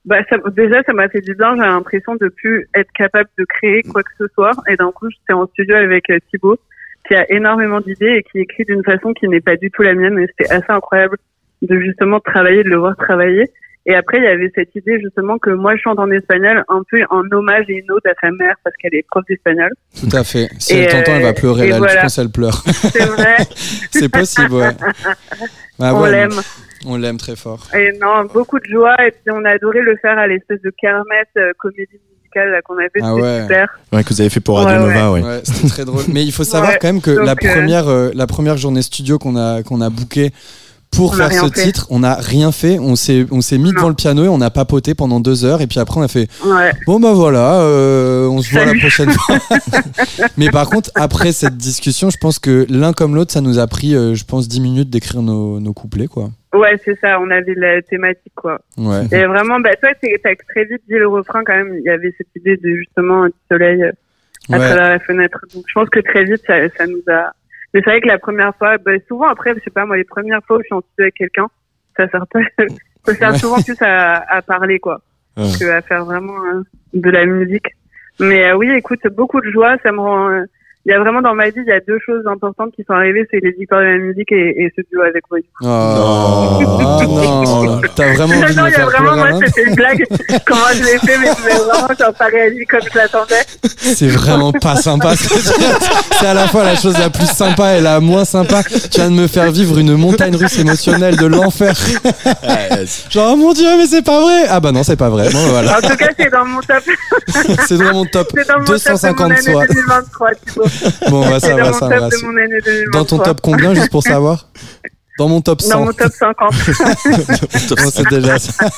Bah, ça, déjà, ça m'a fait du bien. J'ai l'impression de plus être capable de créer quoi que ce soit. Et d'un coup, j'étais en studio avec euh, Thibaut, qui a énormément d'idées et qui écrit d'une façon qui n'est pas du tout la mienne. Et c'était assez incroyable de justement travailler, de le voir travailler. Et après, il y avait cette idée justement que moi, je chante en espagnol, un peu en hommage et une ode à sa mère parce qu'elle est prof d'espagnol. Tout à fait. Si et elle t'entend, euh, elle va pleurer. Là, voilà. je pense qu'elle pleure. C'est vrai. C'est possible, ouais. Bah, on ouais, l'aime. On l'aime très fort. Et non, beaucoup de joie. Et puis, on a adoré le faire à l'espèce de kermesse euh, comédie musicale là, qu'on avait. Ah c'était ouais. super. Ouais, que vous avez fait pour Radio Ouais, Nova, ouais. Ouais, c'était très drôle. Mais il faut savoir Ouais, quand même que donc, la euh, première, euh, la première journée studio qu'on a, qu'on a bookée pour On a faire rien ce fait. titre, on n'a rien fait. On s'est, on s'est mis Non. devant le piano et on a papoté pendant deux heures. Et puis après, on a fait Ouais. bon bah voilà, euh, on se voit la Salut. prochaine fois. Mais par contre, après cette discussion, je pense que l'un comme l'autre, ça nous a pris, euh, je pense, dix minutes d'écrire nos, nos couplets, quoi. Ouais, c'est ça. On avait la thématique, quoi. Ouais. Et vraiment, bah, toi, t'es- t'as très vite dit le refrain, quand même. Il y avait cette idée de, justement, du soleil euh, à Ouais. travers la fenêtre. Donc, je pense que très vite, ça, ça nous a... Mais c'est vrai que la première fois, bah, souvent après, je sais pas, moi, les premières fois où je suis en studio avec quelqu'un, ça sert pas, ça sert Ouais. souvent plus à, à parler, quoi, Ouais. que à faire vraiment euh, de la musique. Mais euh, oui, écoute, beaucoup de joie, ça me rend... euh, il y a vraiment dans ma vie, il y a deux choses importantes qui sont arrivées, c'est les victoires de la musique et, et ce duo avec Voyou. Oh, ah non, t'as vraiment envie de non, me il y a faire vraiment, pleurer, moi, hein. c'était une blague. Comment je l'ai fait, mais je vraiment, j'en pas réagi comme je l'attendais. C'est vraiment pas sympa. ce que tu dis. C'est à la fois la chose la plus sympa et la moins sympa. Tu viens de me faire vivre une montagne russe émotionnelle de l'enfer. Genre, oh mon dieu, mais c'est pas vrai. Ah bah non, c'est pas vrai. Bon, voilà. En tout cas, c'est dans mon top. C'est dans mon top C'est dans mon deux cent cinquante top de mon soit. année deux mille vingt-trois, Thibaut. Bon, bah ça C'est va, dans ça mon va. top de mon année deux mille vingt-trois. Dans ton top combien, juste pour savoir? Dans mon top cent. Dans mon top cinquante. Bon, c'est déjà ça.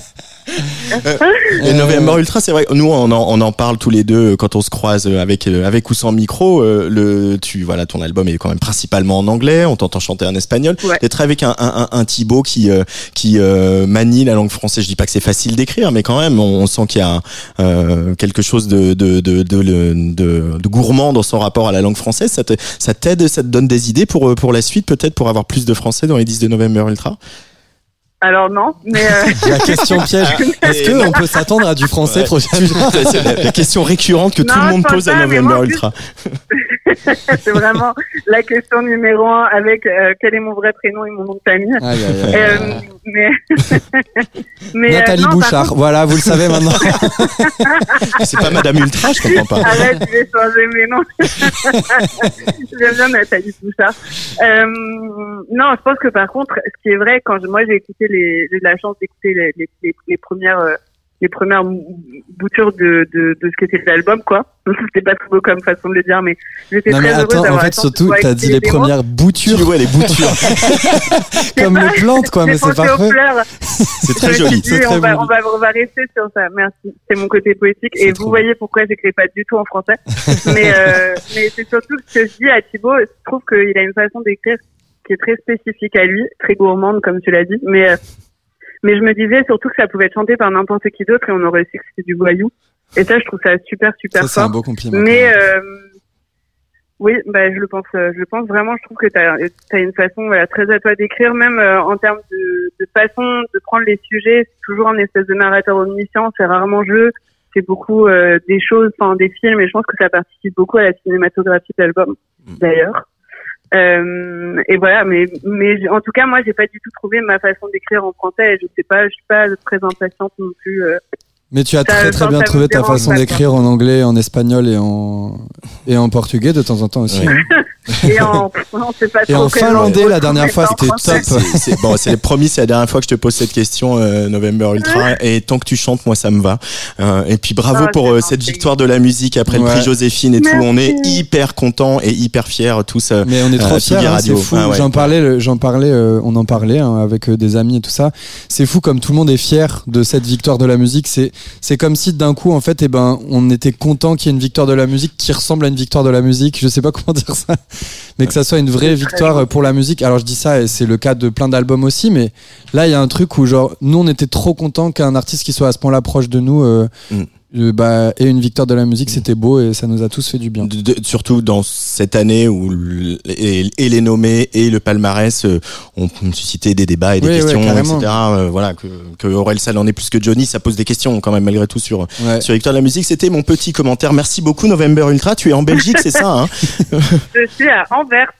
Et November Ultra, c'est vrai. Nous, on en, on en parle tous les deux quand on se croise avec avec ou sans micro. Euh, le, tu voilà, ton album est quand même principalement en anglais. On t'entend chanter en espagnol. Ouais. D'être avec un, un, un Thibaut qui euh, qui euh, manie la langue française. Je dis pas que c'est facile d'écrire, mais quand même, on, on sent qu'il y a euh, quelque chose de de, de de de de gourmand dans son rapport à la langue française. Ça te, ça t'aide, ça te donne des idées pour pour la suite, peut-être pour avoir plus de français dans les disques de November Ultra. Alors non, mais euh... La question piège. Est-ce Et qu'on non. peut s'attendre à du français Ouais. prochainement? C'est la, la question récurrente que Non, tout le monde je pense pose à pas, mais November moi, en plus- Ultra. c'est vraiment la question numéro un avec euh, quel est mon vrai prénom et mon nom de famille. Aïe, aïe, aïe. Euh, mais mais euh, Nathalie non, par Bouchard, contre- voilà, vous le savez maintenant. C'est pas Madame Ultra, je comprends pas. Arrête, je vais changer mes noms. J'aime bien Nathalie Bouchard. Euh, non, je pense que par contre, ce qui est vrai, quand je- moi j'ai écouté les, j'ai eu la chance d'écouter les, les, les, les premières, euh, les premières boutures de, de, de ce qu'était l'album, quoi. C'était pas trop beau comme façon de le dire, mais j'étais Non très mais heureuse attends, en d'avoir fait la chance de surtout pouvoir t'as dit écouter les des mots. premières boutures Tu vois les boutures. comme pas- les plantes quoi, mais J'ai c'est pensé aux parfait. fleurs. C'est Je très me suis joli. dit, c'est très on, va, joli. on, va, on va rester sur ça. Merci. C'est mon côté poétique. C'est Et trop vous bien. voyez pourquoi j'écris pas du tout en français. mais euh, mais c'est surtout ce que je dis à Thibaut. Je trouve qu'il a une façon d'écrire qui est très spécifique à lui, très gourmande comme tu l'as dit. Mais euh, mais je me disais surtout que ça pouvait être chanté par n'importe qui d'autre et on aurait su que c'était du Voyou. Et ça, je trouve ça super super Ça c'est un fort. beau compliment. Mais euh, oui, bah je le pense. euh, Je le pense vraiment. Je trouve que t'as as une façon voilà, très à toi d'écrire, même euh, en termes de, de façon de prendre les sujets. C'est toujours un espèce de narrateur omniscient. C'est rarement jeu. C'est beaucoup euh, des choses, enfin des films. Et je pense que ça participe beaucoup à la cinématographie de l'album, d'ailleurs. Euh, et voilà. Mais mais j- en tout cas, moi, j'ai pas du tout trouvé ma façon d'écrire en français. Et je sais pas, je suis pas très impatiente non plus. Euh, Mais tu as ça- très très ça- bien ça me trouvé ta dérange façon pas, d'écrire en anglais, en espagnol et en et en portugais de temps en temps aussi. Ouais. hein. et en, on sait pas Et trop en quel finlandais nom la dernière fois retrouver c'était ça en top. français. C'est, c'est- bon, c'est le promis, c'est la dernière fois que je te pose cette question, euh, November Ultra. Et tant que tu chantes, moi, ça me va. Euh, et puis bravo Ah, pour c'est euh, gentil. cette victoire de la musique après le Ouais. prix Joséphine et Merci. tout. On est hyper contents et hyper fiers tous. euh, Mais on est trop euh, fiers, Tsugi hein, Radio. c'est fou. Ah ouais. J'en parlais, le- j'en parlais, euh, on en parlait hein, avec euh, des amis et tout ça. C'est fou comme tout le monde est fier de cette victoire de la musique. C'est, c'est comme si d'un coup, en fait, eh ben, on était content qu'il y ait une victoire de la musique qui ressemble à une victoire de la musique. Je sais pas comment dire ça, mais que ça soit une vraie victoire pour la musique. Alors je dis ça et c'est le cas de plein d'albums aussi, mais là il y a un truc où genre nous on était trop contents qu'un artiste qui soit à ce point-là proche de nous euh, Mm. Euh, bah, et une victoire de la musique, c'était beau et ça nous a tous fait du bien. De, de, surtout dans cette année où le, et, et les nommés et le palmarès euh, ont suscité des débats et des oui, questions, ouais, et cetera. Euh, voilà, que, que Aurel San en est plus que Johnny, ça pose des questions quand même malgré tout sur, ouais. sur Victoire de la musique. C'était mon petit commentaire. Merci beaucoup November Ultra. Tu es en Belgique, c'est ça hein? Je suis à Anvers.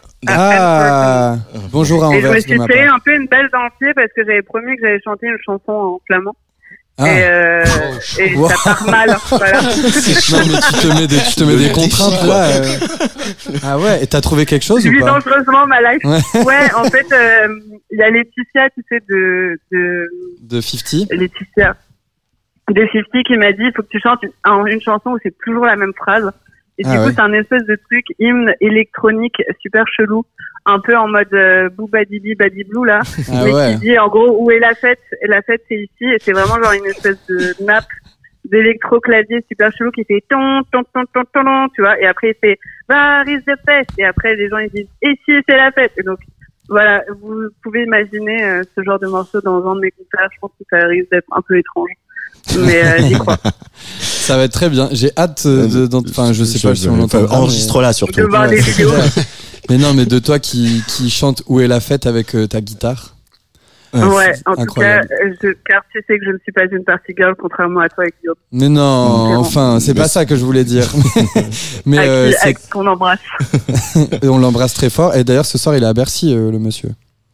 Ah, bonjour à Anvers. Et je me suis créé un peu une balle dans le pied parce que j'avais promis que j'allais chanter une chanson en flamand. Ah. Et, euh, et wow. ça part mal. Voilà. Non, mais tu te mets des, tu te mets des contraintes là. Euh... Ah ouais, et t'as trouvé quelque chose je ou vis pas? dangereusement ma life. Ouais, ouais en fait, il euh, y a Laetitia, tu sais, de. De, de cinquante. Laetitia. De cinquante qui m'a dit il faut que tu chantes une, une chanson où c'est toujours la même phrase. Et ah du coup, ouais. c'est un espèce de truc hymne électronique super chelou. Un peu en mode euh, boubadibi badiblou là, ah mais ouais. qui dit en gros où est la fête, et la fête c'est ici, et c'est vraiment genre une espèce de nappe d'électro-clavier super chelou qui fait ton ton ton ton ton ton, tu vois, et après il fait Paris de fête, et après les gens ils disent ici c'est la fête, et donc voilà, vous pouvez imaginer euh, ce genre de morceau dans un de mes concerts, je pense que ça risque d'être un peu étrange, mais euh, j'y crois. Ça va être très bien, j'ai hâte de, enfin je sais pas si on l'entend. Enregistre là surtout. De voir ouais, des vidéos. Mais non, mais de toi qui, qui chante Où est la fête avec euh, ta guitare. Ouais, ouais en incroyable. tout cas, je, car tu sais que je ne suis pas une party girl, contrairement à toi et Guillaume. Mais non, donc, enfin, c'est pas ça que je voulais dire. mais à euh, qui, c'est... à qu'on embrasse. Et on l'embrasse très fort. Et d'ailleurs, ce soir, il est à Bercy, euh, le monsieur.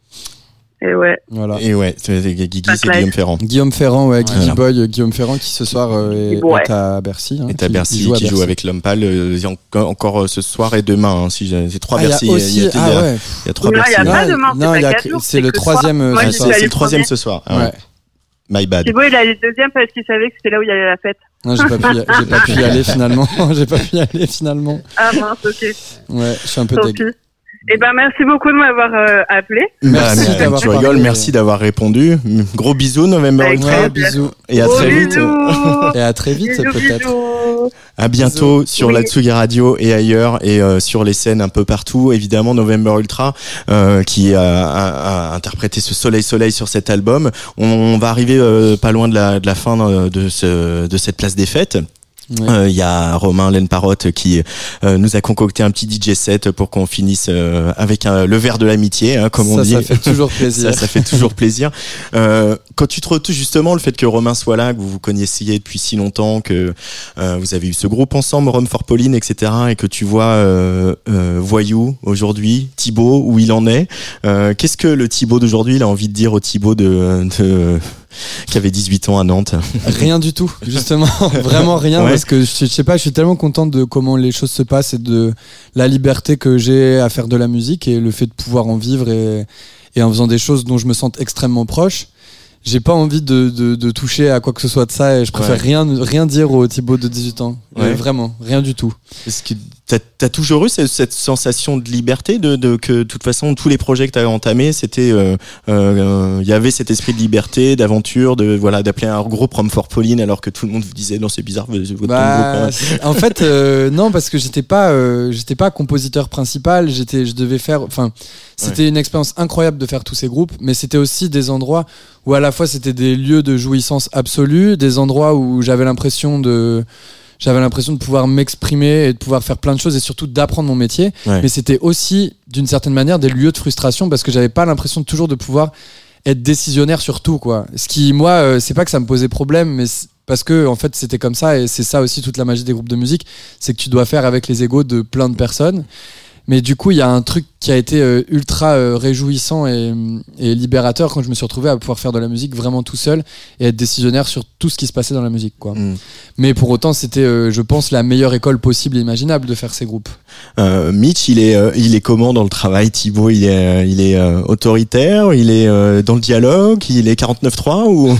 Et ouais. Voilà. Et ouais, c'est, c'est, Guigui, c'est live. Guillaume Ferrand. Guillaume Ferrand, ouais, Guigui voilà. Boy, Guillaume Ferrand qui ce soir euh, est, ouais. est à Bercy. Hein, est à qui, Bercy, qui joue, qui Bercy. joue avec l'homme pâle. Euh, encore, encore ce soir et demain. Hein, si j'ai, c'est trois ah, Bercy. Il y a aussi, il y a, ah, il y a, ouais. il y a trois non, Bercy. Il n'y a pas demain, non, c'est, il y a, jours, c'est le que troisième. Moi, ah, c'est, c'est le troisième ce soir. Ah, ouais. ouais. My bad. Thibaut, il a les deuxièmes parce qu'il savait que c'était là où il y avait la fête. Non, j'ai pas pu, y, j'ai pas pu y aller finalement. j'ai pas pu y aller finalement. Ah mince, ok. Ouais, je suis un peu dégueu. Eh ben, merci beaucoup de m'avoir euh, appelé. Merci bah, d'avoir tu rigoles, merci d'avoir répondu. Gros bisous, November Ultra. Ouais, bisous. Et à Gros très vite. Bisous. Et à très vite, bisous, peut-être. Bisous. À bientôt bisous. sur oui. la Tsugi Radio et ailleurs et euh, sur les scènes un peu partout. Évidemment, November Ultra euh, qui a, a, a interprété ce Soleil Soleil sur cet album. On, on va arriver euh, pas loin de la, de la fin de, ce, de cette place des fêtes. Il ouais. euh, y a Romain Laine-Parotte qui euh, nous a concocté un petit D J set pour qu'on finisse euh, avec un, le verre de l'amitié, hein, comme ça, on dit. Ça fait toujours plaisir. ça, ça fait toujours plaisir. Euh, quand tu te retrouves justement le fait que Romain soit là, que vous vous connaissiez depuis si longtemps, que euh, vous avez eu ce groupe ensemble, Rome for Pauline, et cetera, et que tu vois euh, euh, Voyou aujourd'hui, Thibaut, où il en est. Euh, qu'est-ce que le Thibaut d'aujourd'hui, il a envie de dire au Thibaut de, de qui avait dix-huit ans à Nantes? Rien du tout, justement, vraiment rien, ouais. Parce que je, je sais pas, je suis tellement contente de comment les choses se passent et de la liberté que j'ai à faire de la musique et le fait de pouvoir en vivre et, et en faisant des choses dont je me sens extrêmement proche. J'ai pas envie de, de, de toucher à quoi que ce soit de ça et je préfère ouais. rien, rien dire au Thibaut de dix-huit ans. Ouais. Vraiment, rien du tout. Est-ce que t'as, t'as toujours eu cette, cette sensation de liberté, de, de que de toute façon tous les projets que t'as entamés, c'était, il euh, euh, y avait cet esprit de liberté, d'aventure, de voilà, d'appeler un groupe Rome for Pauline alors que tout le monde vous disait non c'est bizarre votre bah, groupe. Hein. En fait, euh, non parce que j'étais pas, euh, j'étais pas compositeur principal, j'étais, je devais faire, enfin. C'était ouais. une expérience incroyable de faire tous ces groupes, mais c'était aussi des endroits où à la fois c'était des lieux de jouissance absolue, des endroits où j'avais l'impression de, j'avais l'impression de pouvoir m'exprimer et de pouvoir faire plein de choses et surtout d'apprendre mon métier. Ouais. Mais c'était aussi d'une certaine manière des lieux de frustration parce que j'avais pas l'impression de toujours de pouvoir être décisionnaire sur tout, quoi. Ce qui, moi, euh, c'est pas que ça me posait problème, mais parce que en fait c'était comme ça et c'est ça aussi toute la magie des groupes de musique, c'est que tu dois faire avec les égos de plein de personnes. Mais du coup, il y a un truc qui a été euh, ultra euh, réjouissant et, et libérateur quand je me suis retrouvé à pouvoir faire de la musique vraiment tout seul et être décisionnaire sur tout ce qui se passait dans la musique, quoi. Mm. Mais pour autant, c'était, euh, je pense, la meilleure école possible et imaginable de faire ces groupes. Euh, Mitch, il est, euh, il est comment dans le travail? Thibaut, il est, euh, il est euh, autoritaire, il est euh, dans le dialogue, il est quarante-neuf trois ou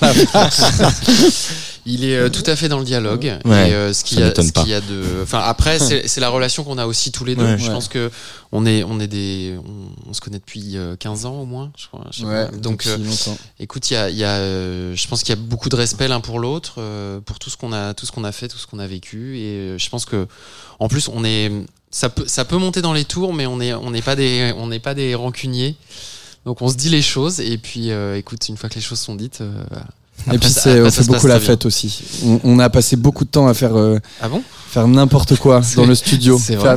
Il est euh, tout à fait dans le dialogue. Ouais, et euh, ce qu'il y a, ce qu'il y a de, enfin après c'est, c'est la relation qu'on a aussi tous les deux. Ouais, je ouais. pense que on est, on est des, on, on se connaît depuis euh, quinze ans au moins, je crois. Je sais ouais, pas. Donc euh, écoute, il y a, il y a, euh, je pense qu'il y a beaucoup de respect l'un pour l'autre, euh, pour tout ce qu'on a, tout ce qu'on a fait, tout ce qu'on a vécu. Et euh, je pense que, en plus, on est, ça peut, ça peut monter dans les tours, mais on est, on n'est pas des, on n'est pas des rancuniers. Donc on se dit les choses et puis, euh, écoute, une fois que les choses sont dites. Euh, Et puis c'est, après, on ça fait se beaucoup passe la très fête aussi. On, on a passé beaucoup de temps à faire, euh, Ah bon faire n'importe quoi C'est- dans le studio. c'est Faire-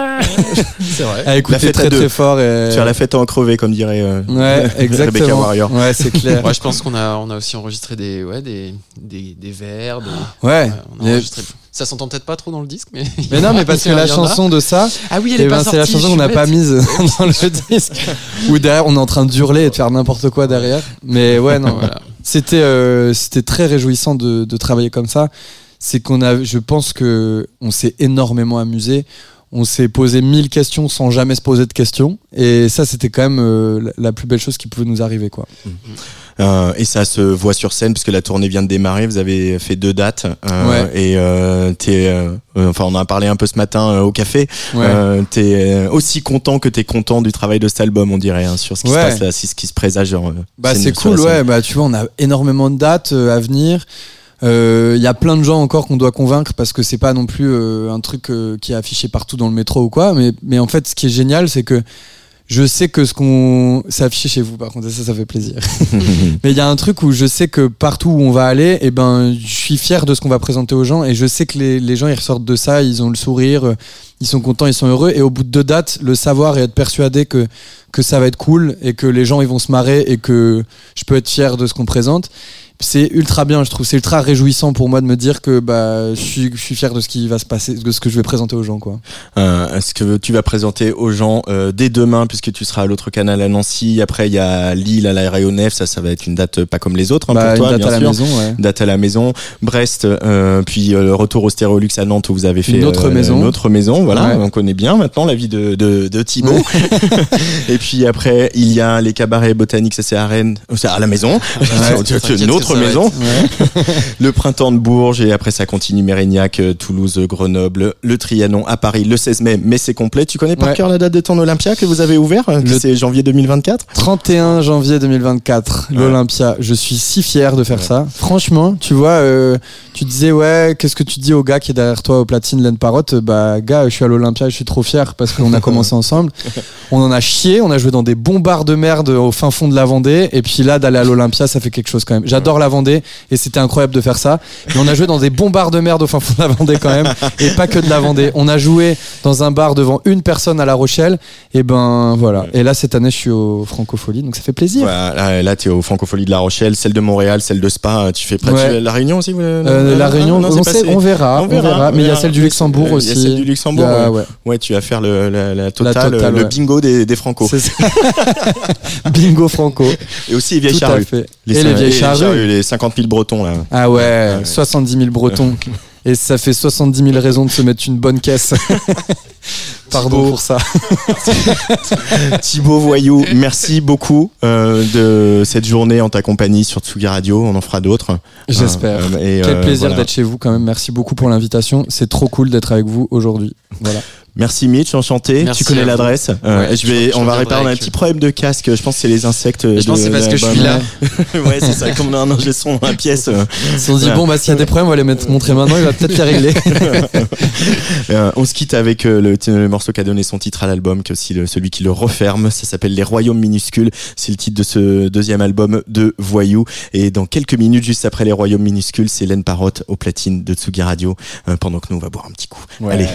C'est vrai. À écouter La fête à très deux. très fort. Et... Faire la fête en crevé, comme dirait euh, Ouais, Rebecca exactement. Warrior. Ouais, c'est clair. Ouais, je pense qu'on a, on a aussi enregistré des, ouais, des, des, des vers. Des, Ouais. on a Et- enregistré- Ça s'entend peut-être pas trop dans le disque, mais. Mais non, mais parce que Il y en la a. chanson de ça, Ah oui, elle eh est ben, pas c'est la sortie, chanson je qu'on n'a suis pas bête. mise dans le disque. Où derrière, on est en train d'hurler et de faire n'importe quoi derrière. Mais ouais, non. Voilà. C'était, euh, c'était très réjouissant de, de travailler comme ça. C'est qu'on a, je pense que on s'est énormément amusé. On s'est posé mille questions sans jamais se poser de questions. Et ça, c'était quand même euh, la- la plus belle chose qui pouvait nous arriver, quoi. Euh, et ça se voit sur scène puisque la tournée vient de démarrer. Vous avez fait deux dates euh, Ouais. et euh, t'es, euh, euh, enfin on en a parlé un peu ce matin euh, au café. Ouais. Euh, t'es euh, aussi content que t'es content du travail de cet album, on dirait, hein, sur ce qui Ouais. se passe là, c'est ce qui se présage. Genre, euh, Bah scène- c'est sur cool, la scène. ouais. Bah tu vois, on a énormément de dates euh, à venir. Il euh, y a plein de gens encore qu'on doit convaincre parce que c'est pas non plus euh, un truc euh, qui est affiché partout dans le métro ou quoi. Mais mais en fait, ce qui est génial, c'est que je sais que ce qu'on, c'est affiché chez vous par contre, et ça, ça fait plaisir. Mais il y a un truc où je sais que partout où on va aller, et ben, je suis fier de ce qu'on va présenter aux gens, et je sais que les, les gens ils ressortent de ça, ils ont le sourire, ils sont contents, ils sont heureux, et au bout de deux dates, le savoir et être persuadé que que ça va être cool et que les gens ils vont se marrer et que je peux être fier de ce qu'on présente. C'est ultra bien, je trouve. C'est ultra réjouissant pour moi de me dire que bah, je suis, je suis fier de ce qui va se passer, de ce que je vais présenter aux gens, quoi. Euh, ce que tu vas présenter aux gens euh, dès demain, puisque tu seras à l'autre canal à Nancy. Après, il y a Lille à l'aéronef. Ça, ça va être une date pas comme les autres, hein, Bah, pour toi, une date bien à sûr. la maison, ouais. Date à la maison. Brest, euh, puis euh, le retour au Stéréolux à Nantes où vous avez fait Une autre euh, maison. Une autre maison, voilà. Ouais. On connaît bien maintenant la vie de, de, de Thibaut. Ouais. Et puis après, il y a les cabarets botaniques, ça c'est à Rennes, c'est à la maison. Ouais. Tu- tu- T'inquiète une que autre ça va maison. Ouais. Le printemps de Bourges et après ça continue Mérignac, euh, Toulouse, Grenoble, le Trianon à Paris le seize mai, mais c'est complet. Tu connais par Ouais. cœur la date de ton Olympia que vous avez ouvert, que Le- c'est janvier deux mille vingt-quatre. trente et un janvier deux mille vingt-quatre, Ouais. l'Olympia. Je suis si fier de faire Ouais. ça. Franchement, tu vois, euh, tu disais, ouais, qu'est-ce que tu dis au gars qui est derrière toi au platine, Len Parotte? Bah, gars, je suis à l'Olympia, je suis trop fier parce qu'on a commencé ensemble. On en a chié, on a joué dans des bons bars de merde au fin fond de la Vendée. Et puis là, d'aller à l'Olympia, ça fait quelque chose quand même. J'adore la Vendée et c'était incroyable de faire ça. Mais on a joué dans des bons bars de merde au fin fond de la Vendée quand même. Et pas que de la Vendée. On a joué dans un bar devant une personne à La Rochelle. Et ben, voilà. Et là, cette année, je suis au Francofolie, donc ça fait plaisir. Voilà, là, là tu es au Francofolie de La Rochelle, celle de Montréal, celle de Spa. Tu fais pas Ouais. tu- la Réunion aussi vous- Euh, non, la Réunion, non, on, c'est sait, passé. on verra, on verra, mais il y a celle du Luxembourg Il y a aussi. celle du Luxembourg. Ah, ouais. ouais. Ouais, tu vas faire le, la, la totale, totale, le ouais. bingo des, des Franco. C'est ça. Bingo Franco. Et aussi les vieilles Tout à charrues. fait. Les, Et les vieilles charrues. les cinquante mille Bretons là. Ah ouais, ouais. soixante-dix mille Bretons. Et ça fait soixante-dix mille raisons de se mettre une bonne caisse. Pardon Thibaut. pour ça. Thibaut Voyou, merci beaucoup euh, de cette journée en ta compagnie sur Tsugi Radio. On en fera d'autres. J'espère. Euh, et, Quel euh, plaisir voilà. d'être chez vous quand même. Merci beaucoup pour l'invitation. C'est trop cool d'être avec vous aujourd'hui. Voilà. Merci Mitch, enchanté. Merci tu connais à vous. l'adresse. Euh, Ouais, je vais, je on va reviendrai réparer. On a un avec- petit problème de casque. Je pense que c'est les insectes. Mais je pense que c'est parce que je suis là. ouais, c'est ça. Comme on a un ingé son dans la pièce. euh, Ils se sont dit, Voilà. bon, bah, s'il y a des problèmes, on va les mettre, montrer maintenant, il va peut-être les régler. Euh, on se quitte avec euh, le, le morceau qui a donné son titre à l'album, qui est aussi le- celui qui le referme. Ça s'appelle Les Royaumes Minuscules. C'est le titre de ce deuxième album de Voyou. Et dans quelques minutes, juste après Les Royaumes Minuscules, c'est Len Parotte au platine de Tsugi Radio. Euh, pendant que nous, on va boire un petit coup. Ouais. Allez.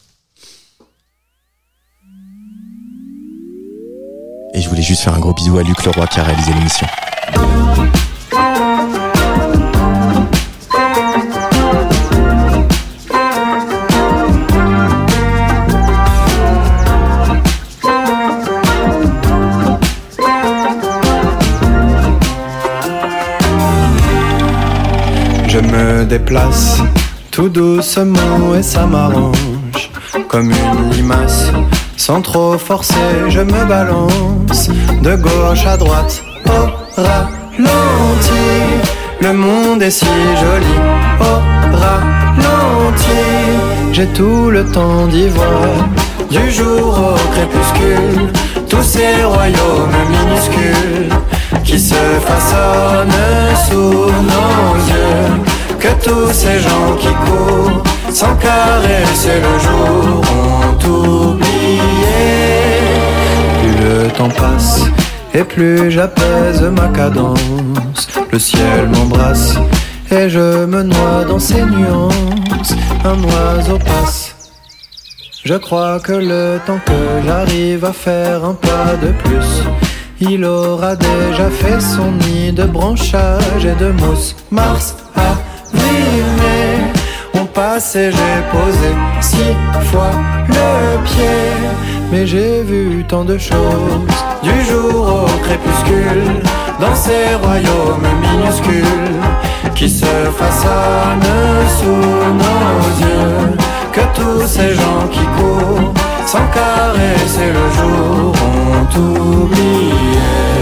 Et je voulais juste faire un gros bisou à Luc Leroy qui a réalisé l'émission. Je me déplace tout doucement et ça m'arrange. Comme une limace, sans trop forcer, je me balance de gauche à droite au ralenti. Le monde est si joli au ralenti. J'ai tout le temps d'y voir, du jour au crépuscule, tous ces royaumes minuscules qui se façonnent sous nos yeux. Que tous ces gens qui courent sans caresser le jour ont oublié. Plus le temps passe Et plus j'apaise ma cadence, le ciel m'embrasse et je me noie dans ses nuances. Un oiseau passe. Je crois que le temps que j'arrive à faire un pas de plus, il aura déjà fait son nid de branchages et de mousse. Mars, avril, mai, on passe et j'ai posé six fois le pied. Mais j'ai vu tant de choses, du jour au crépuscule, dans ces royaumes minuscules qui se façonnent sous nos yeux. Que tous ces gens qui courent sans caresser le jour ont oublié.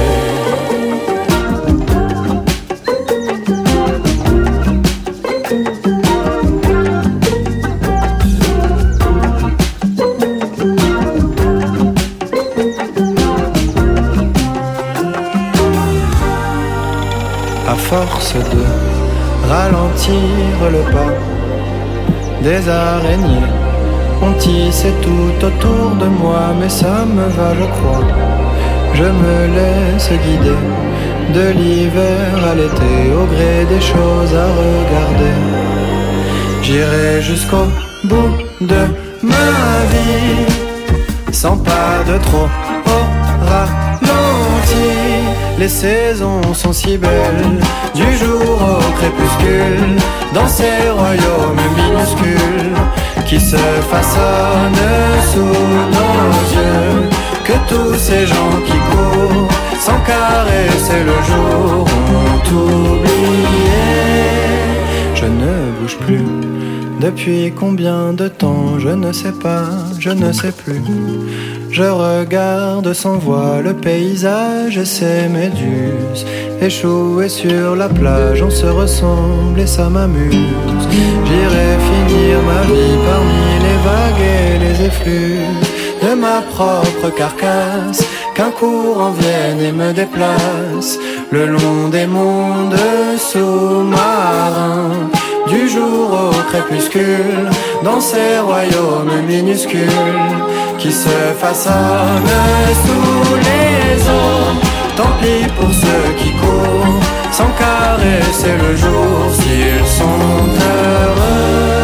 À force de ralentir le pas, des araignées ont tissé tout autour de moi, mais ça me va, je crois. Je me laisse guider de l'hiver à l'été, au gré des choses à regarder. J'irai jusqu'au bout de ma vie, sans pas de trop au ralenti. Les saisons sont si belles, du jour au crépuscule, dans ces royaumes minuscules qui se façonnent sous nos yeux. Que tous ces gens qui courent sans caresser le jour ont oublié. Je ne bouge plus. Depuis combien de temps, je ne sais pas, je ne sais plus. Je regarde sans voix le paysage et ses méduses. Échoués sur la plage, on se ressemble et ça m'amuse. J'irai finir ma vie parmi les vagues et les effluves de ma propre carcasse, qu'un courant vienne et me déplace le long des mondes sous-marins. Du jour au crépuscule, dans ces royaumes minuscules qui se façonnent sous les eaux. Tant pis pour ceux qui courent sans caresser le jour, s'ils sont heureux.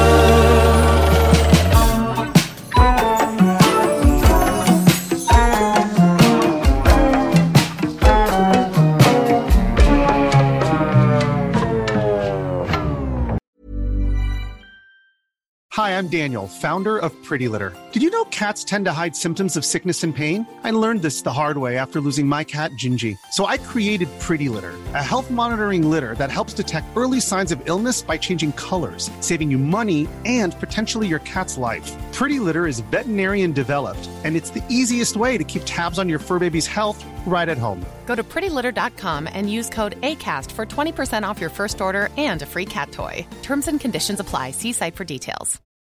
Hi, I'm Daniel, founder of Pretty Litter. Did you know cats tend to hide symptoms of sickness and pain? I learned this the hard way after losing my cat, Gingy. So I created Pretty Litter, a health monitoring litter that helps detect early signs of illness by changing colors, saving you money and potentially your cat's life. Pretty Litter is veterinarian developed, and it's the easiest way to keep tabs on your fur baby's health right at home. Go to pretty litter dot com and use code ACAST for twenty percent off your first order and a free cat toy. Terms and conditions apply. See site for details.